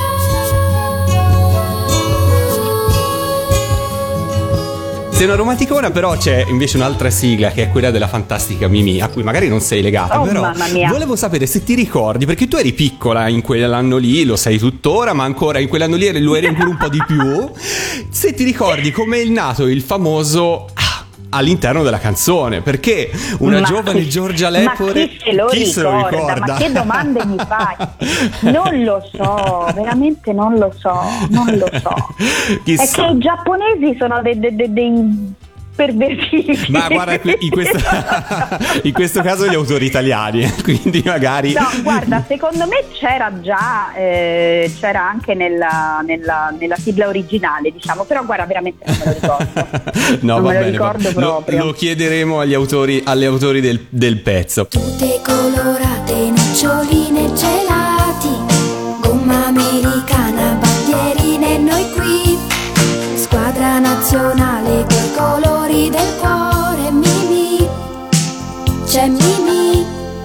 A: Sei una romanticona, però c'è invece un'altra sigla che è quella della fantastica Mimì, a cui magari non sei legata,
B: Oh,
A: però
B: mamma mia.
A: volevo sapere se ti ricordi, perché tu eri piccola in quell'anno lì, lo sei tuttora, ma ancora in quell'anno lì lo eri ancora un po' di più, se ti ricordi come è nato il famoso ah, all'interno della canzone, perché una
B: Ma
A: giovane
B: chi-
A: Giorgia Lepore,
B: ma chi se lo,
A: chi
B: ricorda?
A: se lo ricorda?
B: Ma che domande mi fai? Non lo so, veramente non lo so, non lo so.
A: Chissà.
B: È che i giapponesi sono dei, dei, dei, dei pervertiti.
A: Ma guarda, in questo, in questo caso gli autori italiani, quindi magari...
B: No, guarda, secondo me c'era già, eh, c'era anche nella, nella, nella sigla originale, diciamo, però guarda, veramente non me lo ricordo.
A: No,
B: non
A: va
B: me lo
A: bene,
B: ricordo
A: va- lo,
B: proprio.
A: lo chiederemo agli autori, agli autori del, del pezzo.
D: Tutte colorate, noccioline, gelati, gomma americana, bandierine, noi qui, squadra nazionale coi colori del cuore, Mimì, c'è Mimì,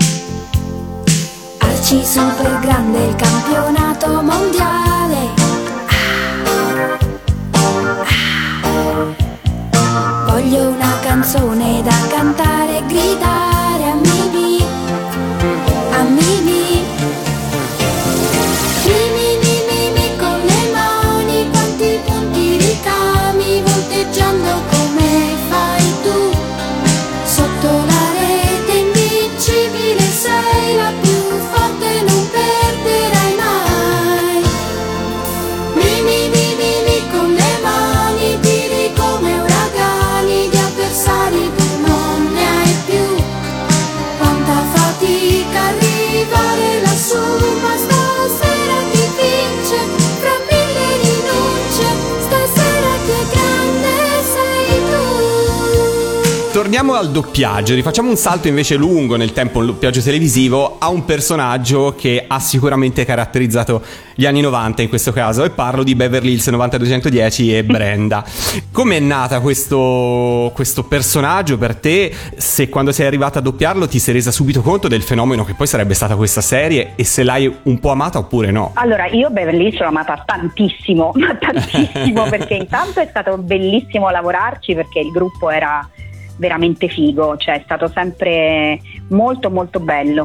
D: Arci super grande, il campionato mondiale, ah, ah. Voglio una canzone da cantare e gridare a Mimì, a Mimì. Mimì, Mimì, Mimì, con le mani, quanti punti ricami, volteggiando come fai tu. Sotto la rete invincibile sei la più forte, non perderai mai. Mimì, Mimì, Mimì, con le mani tiri come uragani, di avversari tu non ne hai più. Quanta fatica arrivare lassù, ma stasera chi vince? Fra mille rinunce, stasera chi è grande sei tu.
A: Torniamo al doppiaggio, rifacciamo un salto invece lungo nel tempo, un doppiaggio televisivo, a un personaggio che ha sicuramente caratterizzato gli anni novanta in questo caso, e parlo di Beverly Hills nove due uno zero e Brenda. Come è nata questo, questo personaggio per te? Se quando sei arrivata a doppiarlo ti sei resa subito conto del fenomeno che poi sarebbe stata questa serie, e se l'hai un po' amata oppure no?
B: Allora, io Beverly Hills l'ho amata tantissimo, ma tantissimo, perché intanto è stato bellissimo lavorarci, perché il gruppo era veramente figo, cioè è stato sempre molto molto bello.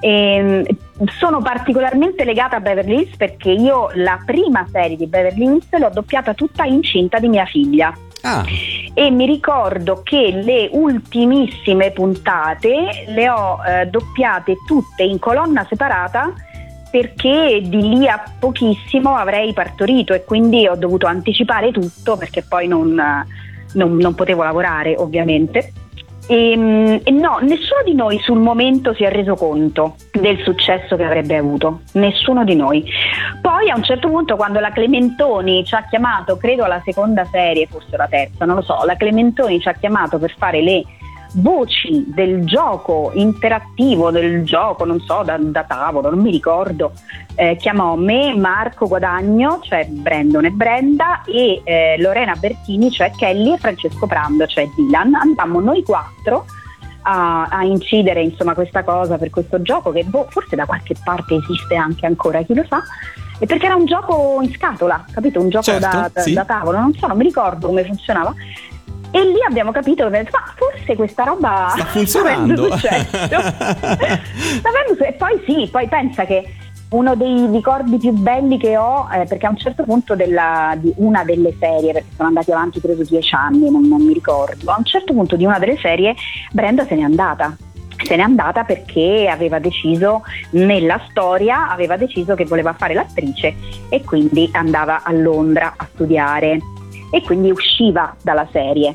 B: E sono particolarmente legata a Beverly Hills perché io la prima serie di Beverly Hills l'ho doppiata tutta incinta di mia figlia.
A: Ah,
B: E mi ricordo che le ultimissime puntate le ho eh, doppiate tutte in colonna separata, perché di lì a pochissimo avrei partorito e quindi ho dovuto anticipare tutto, perché poi non, non, non potevo lavorare ovviamente. E, e no, nessuno di noi sul momento si è reso conto del successo che avrebbe avuto, nessuno di noi. Poi a un certo punto, quando la Clementoni ci ha chiamato, credo alla seconda serie, forse la terza, non lo so, la Clementoni ci ha chiamato per fare le voci del gioco interattivo, del gioco, non so, da, da tavolo, non mi ricordo, eh, chiamò me, Marco Guadagno, cioè Brandon e Brenda, e eh, Lorena Bertini, cioè Kelly, e Francesco Prando, cioè Dylan. Andammo noi quattro a, a incidere, insomma, questa cosa per questo gioco che boh, forse da qualche parte esiste anche ancora, chi lo sa, e perché era un gioco in scatola, capito? Un gioco
A: Certo,
B: da, da,
A: sì.
B: da tavolo, non so, non mi ricordo come funzionava. E lì abbiamo capito che ma forse questa roba
A: sta funzionando.
B: sta avendo successo. Sta avendo su- e poi sì, poi pensa che uno dei ricordi più belli che ho, eh, perché a un certo punto della, di una delle serie, perché sono andati avanti credo dieci anni, non, non mi ricordo, a un certo punto di una delle serie Brenda se n'è andata. Se n'è andata perché aveva deciso, nella storia, aveva deciso che voleva fare l'attrice e quindi andava a Londra a studiare. E quindi usciva dalla serie.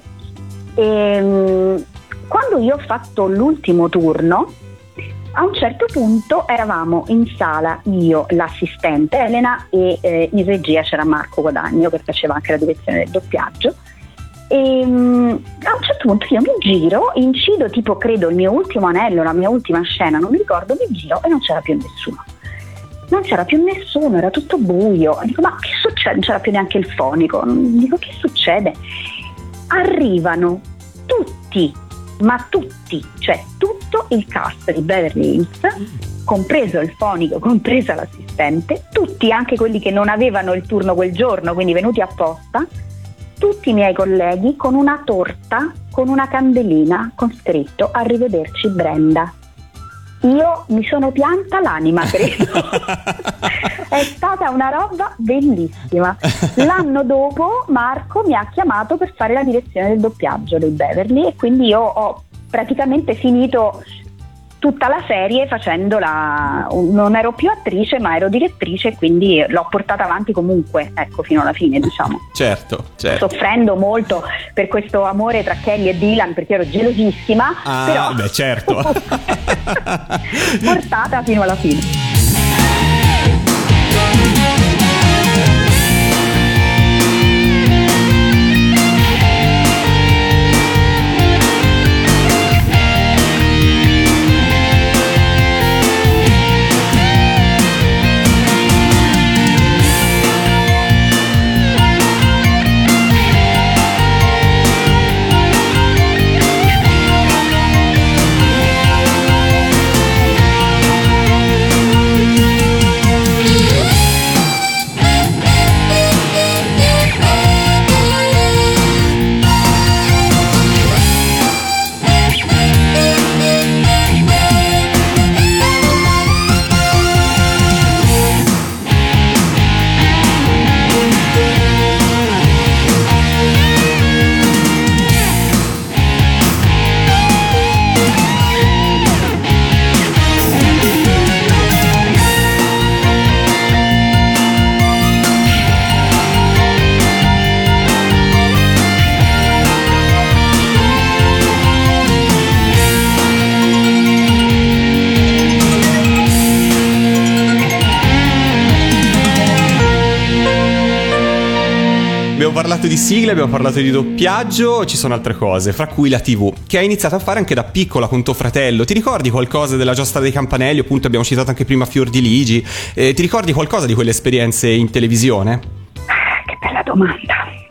B: E, quando io ho fatto l'ultimo turno, a un certo punto eravamo in sala io, l'assistente Elena, e eh, in regia c'era Marco Guadagno che faceva anche la direzione del doppiaggio. E um, a un certo punto io mi giro, incido tipo credo il mio ultimo anello, la mia ultima scena, non mi ricordo, mi giro e non c'era più nessuno. Non c'era più nessuno, era tutto buio. Dico, ma che succede? Non c'era più neanche il fonico. Dico, che succede? Arrivano tutti, ma tutti, cioè tutto tutto il cast di Beverly Hills, compreso il fonico, compresa l'assistente, tutti, anche quelli che non avevano il turno quel giorno, quindi venuti apposta, tutti i miei colleghi con una torta, con una candelina con scritto "Arrivederci Brenda". Io mi sono pianta l'anima, credo. È stata una roba bellissima. L'anno dopo Marco mi ha chiamato per fare la direzione del doppiaggio dei Beverly, e quindi io ho praticamente finito tutta la serie facendola. Non ero più attrice ma ero direttrice, quindi l'ho portata avanti comunque, ecco, fino alla fine, diciamo.
A: Certo, certo.
B: Soffrendo molto per questo amore tra Kelly e Dylan, perché ero gelosissima,
A: ah,
B: però
A: beh, certo.
B: portata fino alla fine.
A: Abbiamo parlato di sigle, abbiamo parlato di doppiaggio, ci sono altre cose, fra cui la tivù, che hai iniziato a fare anche da piccola con tuo fratello. Ti ricordi qualcosa della Giostra dei Campanelli? Appunto abbiamo citato anche prima Fiordiligi. Eh, ti ricordi qualcosa di quelle esperienze in televisione?
B: Che bella domanda.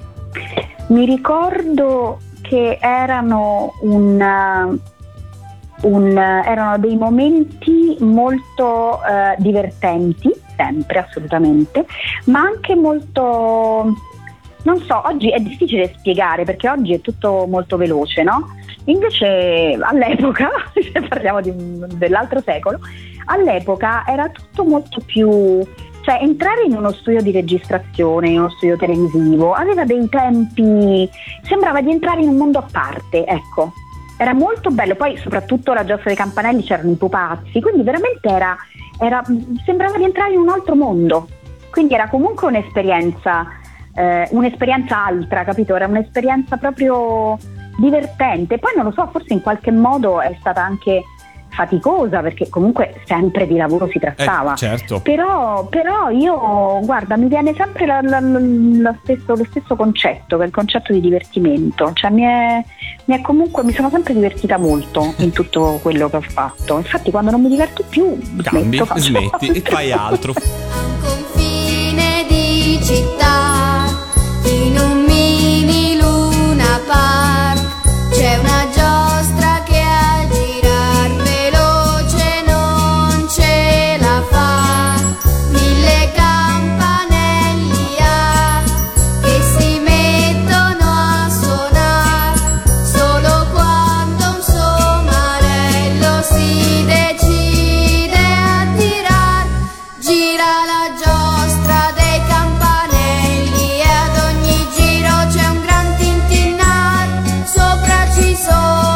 B: Mi ricordo che erano un... Un, erano dei momenti molto eh, divertenti, sempre, assolutamente, ma anche molto, non so, oggi è difficile spiegare perché oggi è tutto molto veloce, no? Invece all'epoca, se parliamo di, dell'altro secolo, all'epoca era tutto molto più, cioè entrare in uno studio di registrazione, in uno studio televisivo, aveva dei tempi, sembrava di entrare in un mondo a parte, ecco. Era molto bello, poi soprattutto la Giostra dei Campanelli c'erano i pupazzi, quindi veramente era, era sembrava di entrare in un altro mondo, quindi era comunque un'esperienza, eh, un'esperienza altra, capito? Era un'esperienza proprio divertente. Poi non lo so, forse in qualche modo è stata anche faticosa, perché comunque sempre di lavoro si trattava,
A: eh, certo.
B: però, però io, guarda, mi viene sempre la, la, la, la stesso, lo stesso concetto, che è il concetto di divertimento, cioè mi è, mi è comunque, mi sono sempre divertita molto in tutto quello che ho fatto. Infatti quando non mi diverto più
A: cambi,
B: smetto,
A: smetti e fai altro.
D: A un confine di città, in un mini Luna Park, c'è una giostra che a girar veloce non ce la fa. Mille campanelli ha che si mettono a suonar solo quando un somarello si decide a tirar. Gira la giostra dei campanelli e ad ogni giro c'è un gran tintinnar. Sopra ci sono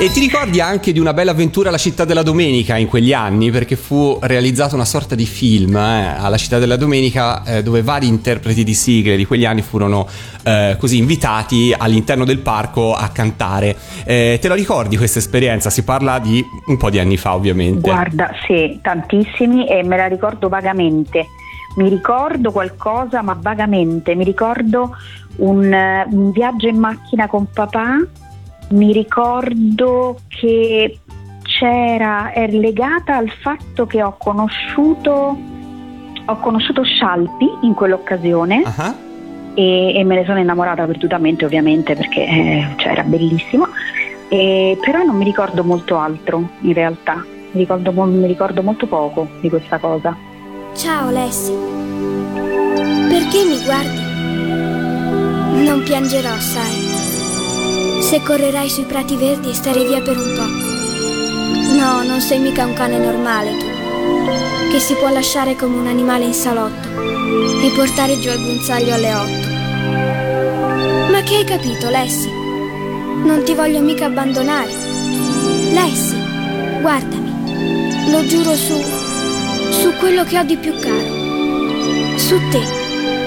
A: E ti ricordi anche di Una bella avventura alla Città della Domenica in quegli anni, perché fu realizzato una sorta di film eh, alla Città della Domenica eh, dove vari interpreti di sigle di quegli anni furono eh, così invitati all'interno del parco a cantare. Eh, te lo ricordi questa esperienza? Si parla di un po' di anni fa, ovviamente.
B: Guarda, sì, tantissimi, e me la ricordo vagamente. Mi ricordo qualcosa, ma vagamente. Mi ricordo un, un viaggio in macchina con papà. Mi ricordo che c'era, è legata al fatto che ho conosciuto ho conosciuto Scialpi in quell'occasione.
A: Uh-huh.
B: e, e me ne sono innamorata perdutamente, ovviamente, perché eh, cioè, era bellissimo, e, però non mi ricordo molto altro in realtà, mi ricordo, mi ricordo molto poco di questa cosa.
F: Ciao Lessi, perché mi guardi? Non piangerò, sai. Se correrai sui prati verdi e starei via per un po'. No, non sei mica un cane normale tu, che si può lasciare come un animale in salotto e portare giù al guinzaglio alle otto. Ma che hai capito, Lessi? Non ti voglio mica abbandonare. Lessi, guardami, lo giuro su, su quello che ho di più caro, su te.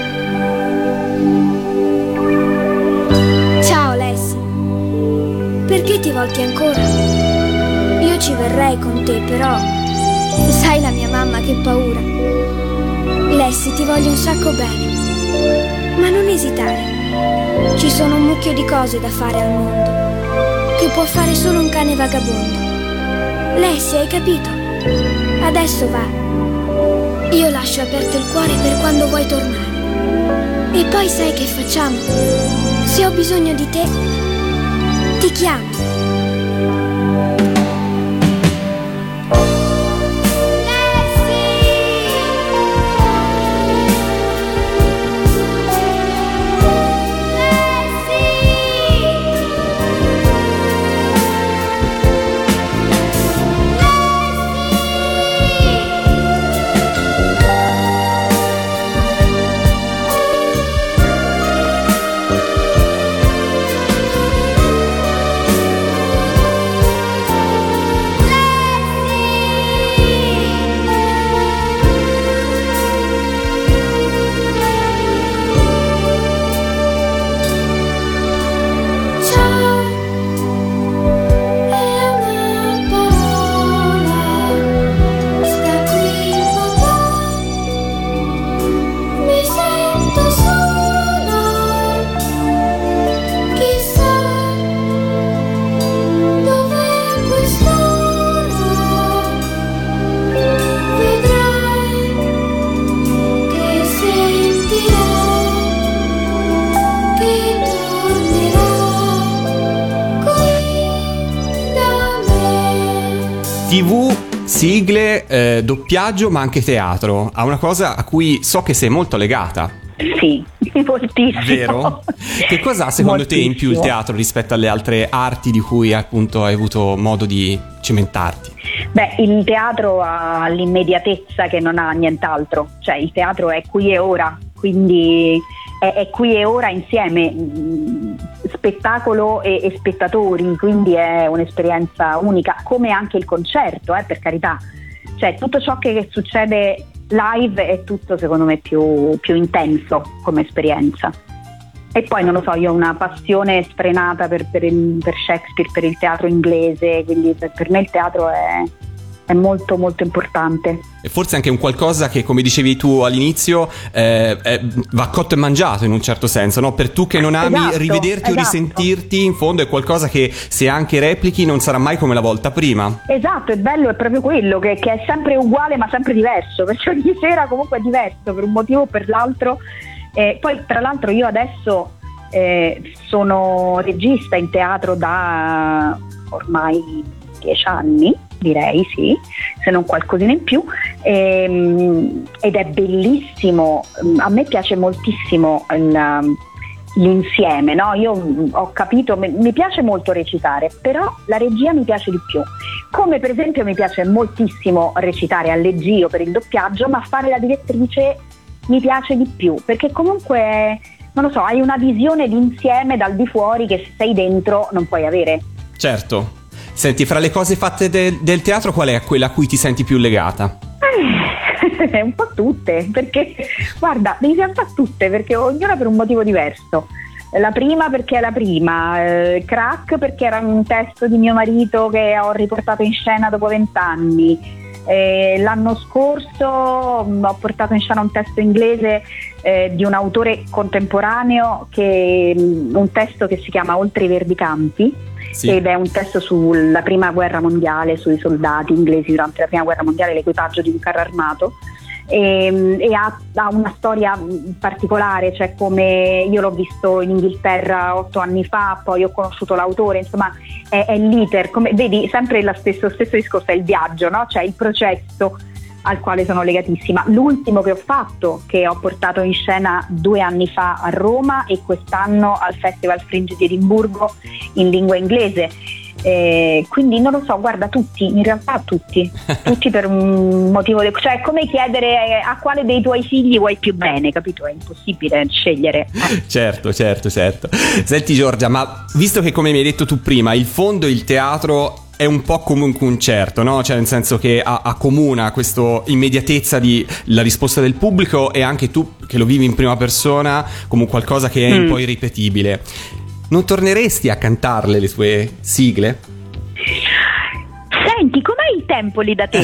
F: Ciao, Lessi. Perché ti volti ancora? Io ci verrei con te, però sai la mia mamma che paura. Lessi, ti voglio un sacco bene, ma non esitare. Ci sono un mucchio di cose da fare al mondo che può fare solo un cane vagabondo. Lessi, hai capito? Adesso va. Io lascio aperto il cuore per quando vuoi tornare. E poi sai che facciamo? Se ho bisogno di te, ti chiamo.
A: tivù, sigle, eh, doppiaggio, ma anche teatro. Ha una cosa a cui so che sei molto legata.
B: Sì, moltissimo.
A: Vero? Che cosa ha secondo te in più il teatro rispetto alle altre arti di cui appunto hai avuto modo di cimentarti?
B: Beh, il teatro ha l'immediatezza che non ha nient'altro, cioè il teatro è qui e ora, quindi è, è qui e ora insieme, spettacolo e, e spettatori, quindi è un'esperienza unica, come anche il concerto, eh, per carità, cioè tutto ciò che, che succede live è tutto secondo me più, più intenso come esperienza. E poi non lo so, io ho una passione sfrenata per, per, il, per Shakespeare, per il teatro inglese, quindi per, per me il teatro è, è molto molto importante.
A: E forse anche un qualcosa che, come dicevi tu all'inizio, eh, eh, va cotto e mangiato in un certo senso, no? Per tu che non ami
B: esatto,
A: rivederti
B: esatto.
A: o risentirti, in fondo è qualcosa che se anche replichi non sarà mai come la volta prima.
B: Esatto, è bello, è proprio quello, che, che è sempre uguale ma sempre diverso, perché ogni sera comunque è diverso per un motivo o per l'altro. E poi tra l'altro io adesso eh, sono regista in teatro da ormai dieci anni, direi, sì, se non qualcosina in più, ehm, ed è bellissimo. A me piace moltissimo il, l'insieme, no? Io ho capito, mi piace molto recitare, però la regia mi piace di più, come per esempio mi piace moltissimo recitare al leggio per il doppiaggio, ma fare la direttrice mi piace di più, perché comunque, non lo so, hai una visione d'insieme dal di fuori che se sei dentro non puoi avere.
A: Certo. Senti, fra le cose fatte de- del teatro, qual è quella a cui ti senti più legata?
B: Eh, un po' tutte, perché guarda, in realtà tutte, perché ognuna per un motivo diverso. La prima perché è la prima, eh, Crack perché era un testo di mio marito che ho riportato in scena dopo vent'anni. Eh, l'anno scorso mh, ho portato in scena un testo inglese eh, di un autore contemporaneo, che, mh, un testo che si chiama Oltre i verdi campi, sì. Ed è un testo sulla prima guerra mondiale, sui soldati inglesi durante la prima guerra mondiale, l'equipaggio di un carro armato. E, e ha, ha una storia particolare, cioè come io l'ho visto in Inghilterra otto anni fa, poi ho conosciuto l'autore, insomma è, è l'iter, come vedi, sempre lo stesso, stesso discorso, è il viaggio, no? Cioè il processo al quale sono legatissima. L'ultimo che ho fatto, che ho portato in scena due anni fa a Roma e quest'anno al Festival Fringe di Edimburgo in lingua inglese. Eh, quindi non lo so, guarda, tutti, in realtà tutti, tutti per un motivo, de- cioè è come chiedere a quale dei tuoi figli vuoi più bene, capito? È impossibile scegliere.
A: Certo, certo, certo. Senti Giorgia, ma visto che come mi hai detto tu prima, il fondo, il teatro è un po' come un concerto, no? Cioè nel senso che ha- accomuna questa immediatezza di la risposta del pubblico, e anche tu che lo vivi in prima persona come qualcosa che è mm. un po' irripetibile. Non torneresti a cantarle le tue sigle?
B: Senti, com'è il tempo lì da te?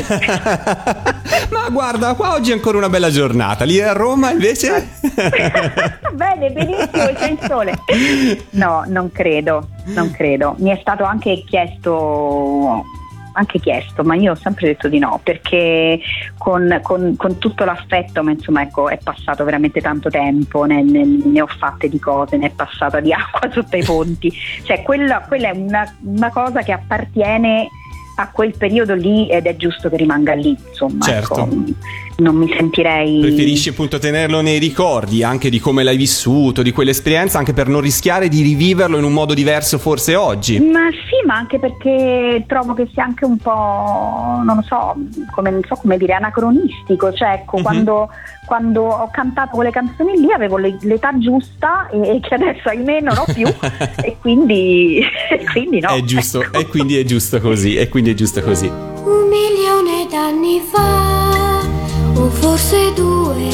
A: Ma guarda, qua oggi è ancora una bella giornata. Lì a Roma invece?
B: Bene, benissimo, c'è il sole. No, non credo, non credo. Mi è stato anche chiesto... anche chiesto, ma io ho sempre detto di no, perché con, con, con tutto l'affetto, ma insomma ecco, è passato veramente tanto tempo, ne, ne, ne ho fatte di cose, ne è passata di acqua sotto i ponti, cioè quella, quella è una, una cosa che appartiene a quel periodo lì ed è giusto che rimanga lì, insomma.
A: Certo.
B: Ecco, non mi sentirei...
A: Preferisci appunto tenerlo nei ricordi anche di come l'hai vissuto, di quell'esperienza, anche per non rischiare di riviverlo in un modo diverso forse oggi?
B: Ma sì, ma anche perché trovo che sia anche un po', non lo so, come, non so come dire, anacronistico, cioè ecco, uh-huh. quando, quando ho cantato quelle canzoni lì avevo le, l'età giusta e, e che adesso ahimè non ho più e quindi, e quindi no.
A: È giusto,
B: ecco.
A: E quindi è giusto così, e quindi è giusto così.
F: Un milione d'anni fa, o forse due,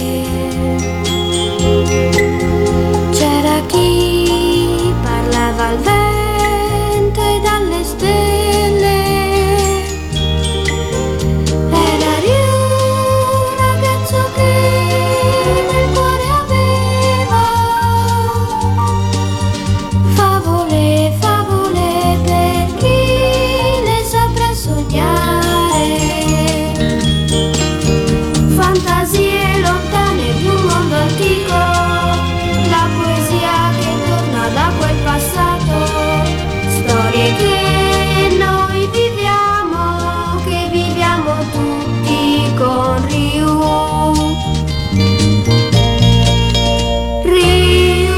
F: c'era chi parlava al vento e dalle stelle. Era un ragazzo che nel cuore aveva favole, favole per chi le saprà sognare. Fantasie lontane di un mondo antico, la poesia che torna da quel passato, storie che noi viviamo, che viviamo tutti con Ryu. Ryu.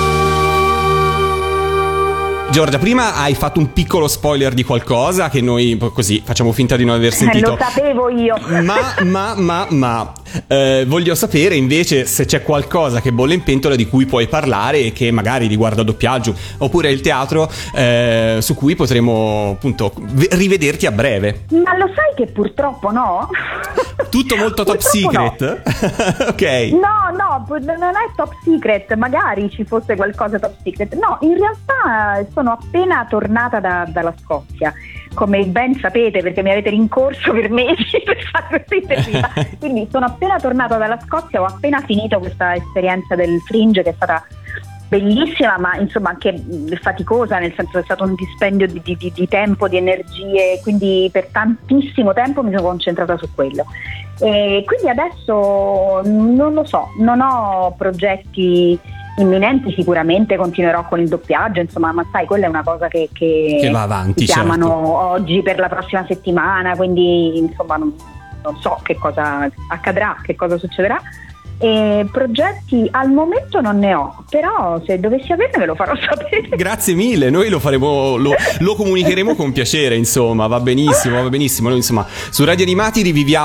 A: Giorgia, prima hai fatto un piccolo spoiler di qualcosa che noi così facciamo finta di non aver sentito.
B: Lo sapevo io.
A: Ma, ma, ma, ma eh, voglio sapere invece se c'è qualcosa che bolle in pentola di cui puoi parlare e che magari riguarda doppiaggio oppure il teatro, eh, su cui potremo appunto rivederti a breve.
B: Ma lo sai che purtroppo no?
A: Tutto molto top secret?
B: No.
A: Ok.
B: No, no, non è top secret, magari ci fosse qualcosa top secret. No, in realtà sono appena tornata da, dalla Scozia, come ben sapete perché mi avete rincorso per mesi per fare questa intervista. Quindi sono appena tornata dalla Scozia, ho appena finito questa esperienza del Fringe che è stata bellissima, ma insomma anche faticosa, nel senso che è stato un dispendio di, di, di tempo, di energie, quindi per tantissimo tempo mi sono concentrata su quello. E quindi adesso non lo so, non ho progetti imminenti, sicuramente continuerò con il doppiaggio, insomma, ma sai, quella è una cosa che, che,
A: che va avanti,
B: chiamano
A: certo.
B: Oggi per la prossima settimana, quindi insomma non, non so che cosa accadrà, che cosa succederà. E progetti al momento non ne ho, però se dovessi averne ve lo farò sapere.
A: Grazie mille, noi lo faremo, lo, lo comunicheremo con piacere, insomma, va benissimo, va benissimo. Noi insomma su Radio Animati riviviamo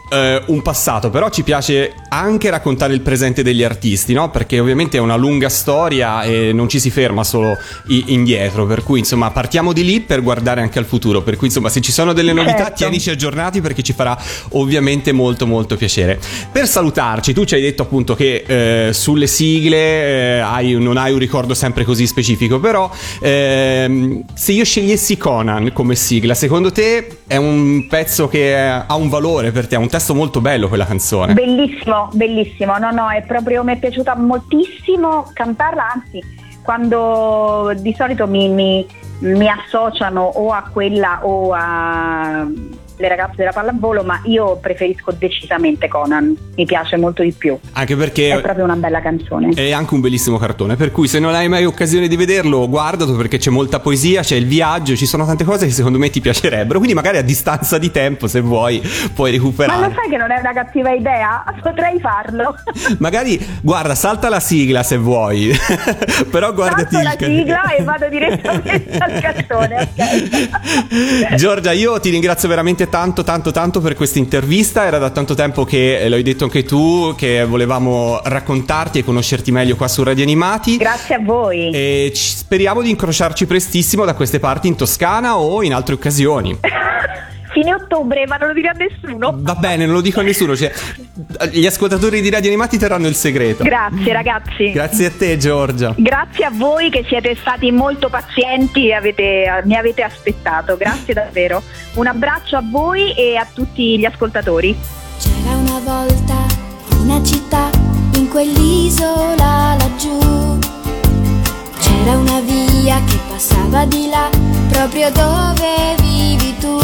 A: eh, un passato, però ci piace anche raccontare il presente degli artisti, no? Perché ovviamente è una lunga storia e non ci si ferma solo i- indietro, per cui insomma partiamo di lì per guardare anche al futuro, per cui insomma se ci sono delle novità
B: Certo.
A: tienici aggiornati, perché ci farà ovviamente molto molto piacere. Per salutarci, tu ci hai detto appunto che eh, sulle sigle eh, hai, non hai un ricordo sempre così specifico, però ehm, se io scegliessi Conan come sigla, secondo te è un pezzo che ha un valore per te? È un testo molto bello quella canzone.
B: Bellissimo, bellissimo, no no, è proprio, mi è piaciuta moltissimo cantarla, anzi quando di solito mi, mi, mi associano o a quella o a Le ragazze della pallavolo, ma io preferisco decisamente Conan, mi piace molto di più,
A: Anche perché
B: è proprio una bella canzone.
A: è anche un bellissimo cartone, per cui se non hai mai occasione di vederlo, guardalo, perché c'è molta poesia, c'è il viaggio, ci sono tante cose che secondo me ti piacerebbero, quindi magari a distanza di tempo, se vuoi, puoi
B: Ma
A: recuperare.
B: lo sai che non è una cattiva idea? Potrei farlo.
A: Magari, guarda, salta la sigla se vuoi, però guardati
B: Salto
A: il
B: la
A: ca-
B: sigla e vado direttamente al cartone, ok?
A: Giorgia, io ti ringrazio veramente tanto tanto tanto per questa intervista. Era da tanto tempo che, eh, l'hai detto anche tu, che volevamo raccontarti e conoscerti meglio qua su Radio Animati.
B: Grazie a voi.
A: E ci- speriamo di incrociarci prestissimo da queste parti in Toscana o in altre occasioni.
B: Fine ottobre, ma non lo dirà nessuno.
A: Va bene, non lo dico a nessuno, cioè, gli ascoltatori di Radio Animati terranno il segreto.
B: Grazie ragazzi.
A: Grazie a te, Giorgia.
B: Grazie a voi che siete stati molto pazienti e avete, mi avete aspettato. Grazie davvero. Un abbraccio a voi e a tutti gli ascoltatori.
F: C'era una volta una città in quell'isola laggiù. C'era una via che passava di là, proprio dove vivi tu.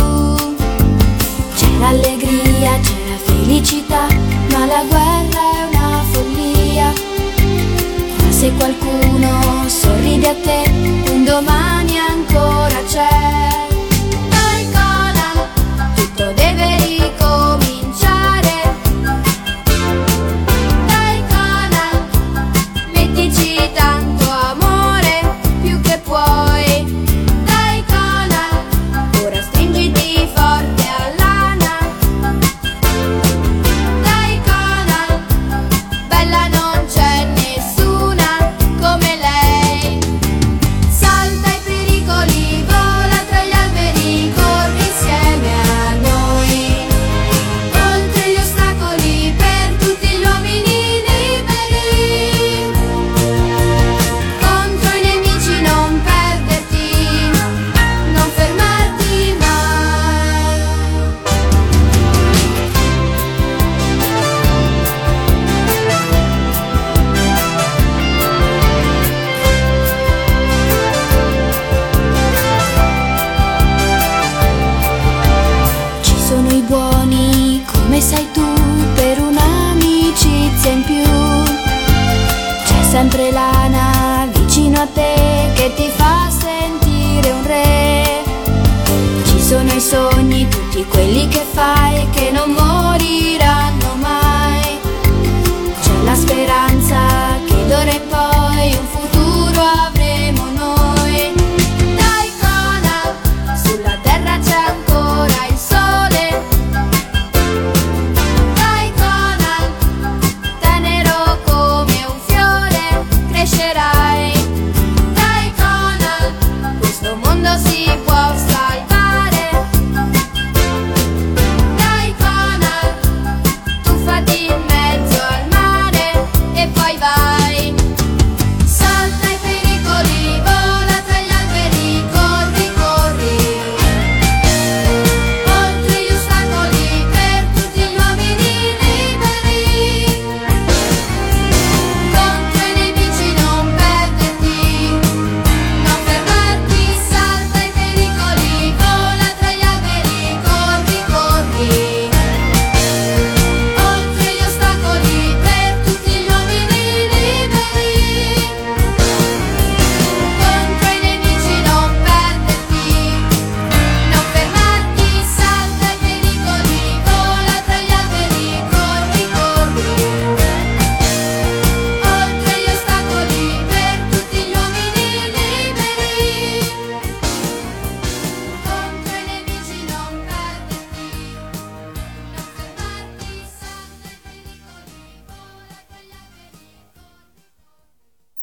F: C'era allegria, c'era felicità, ma la guerra è una follia. Ma se qualcuno sorride a te, un domani ancora c'è. Dai Conan, tutto deve ricominciare. Dai Conan, mettici tanto amore, più che puoi. Dai Conan, ora stringiti forte all'ana. Dai Conan, bella non c'è nessuna come lei. Salta i pericoli, vola tra gli alberi, corri insieme a noi. Oltre gli ostacoli per tutti gli uomini liberi. Contro i nemici non perderti, non fermarti mai. Ci sono i buoni, come sai tu, per un'amicizia in più. C'è sempre l'ana vicino a te che ti fa sentire un re. Ci sono i sogni, tutti quelli che fai, che non moriranno mai. C'è la speranza che dovrebbe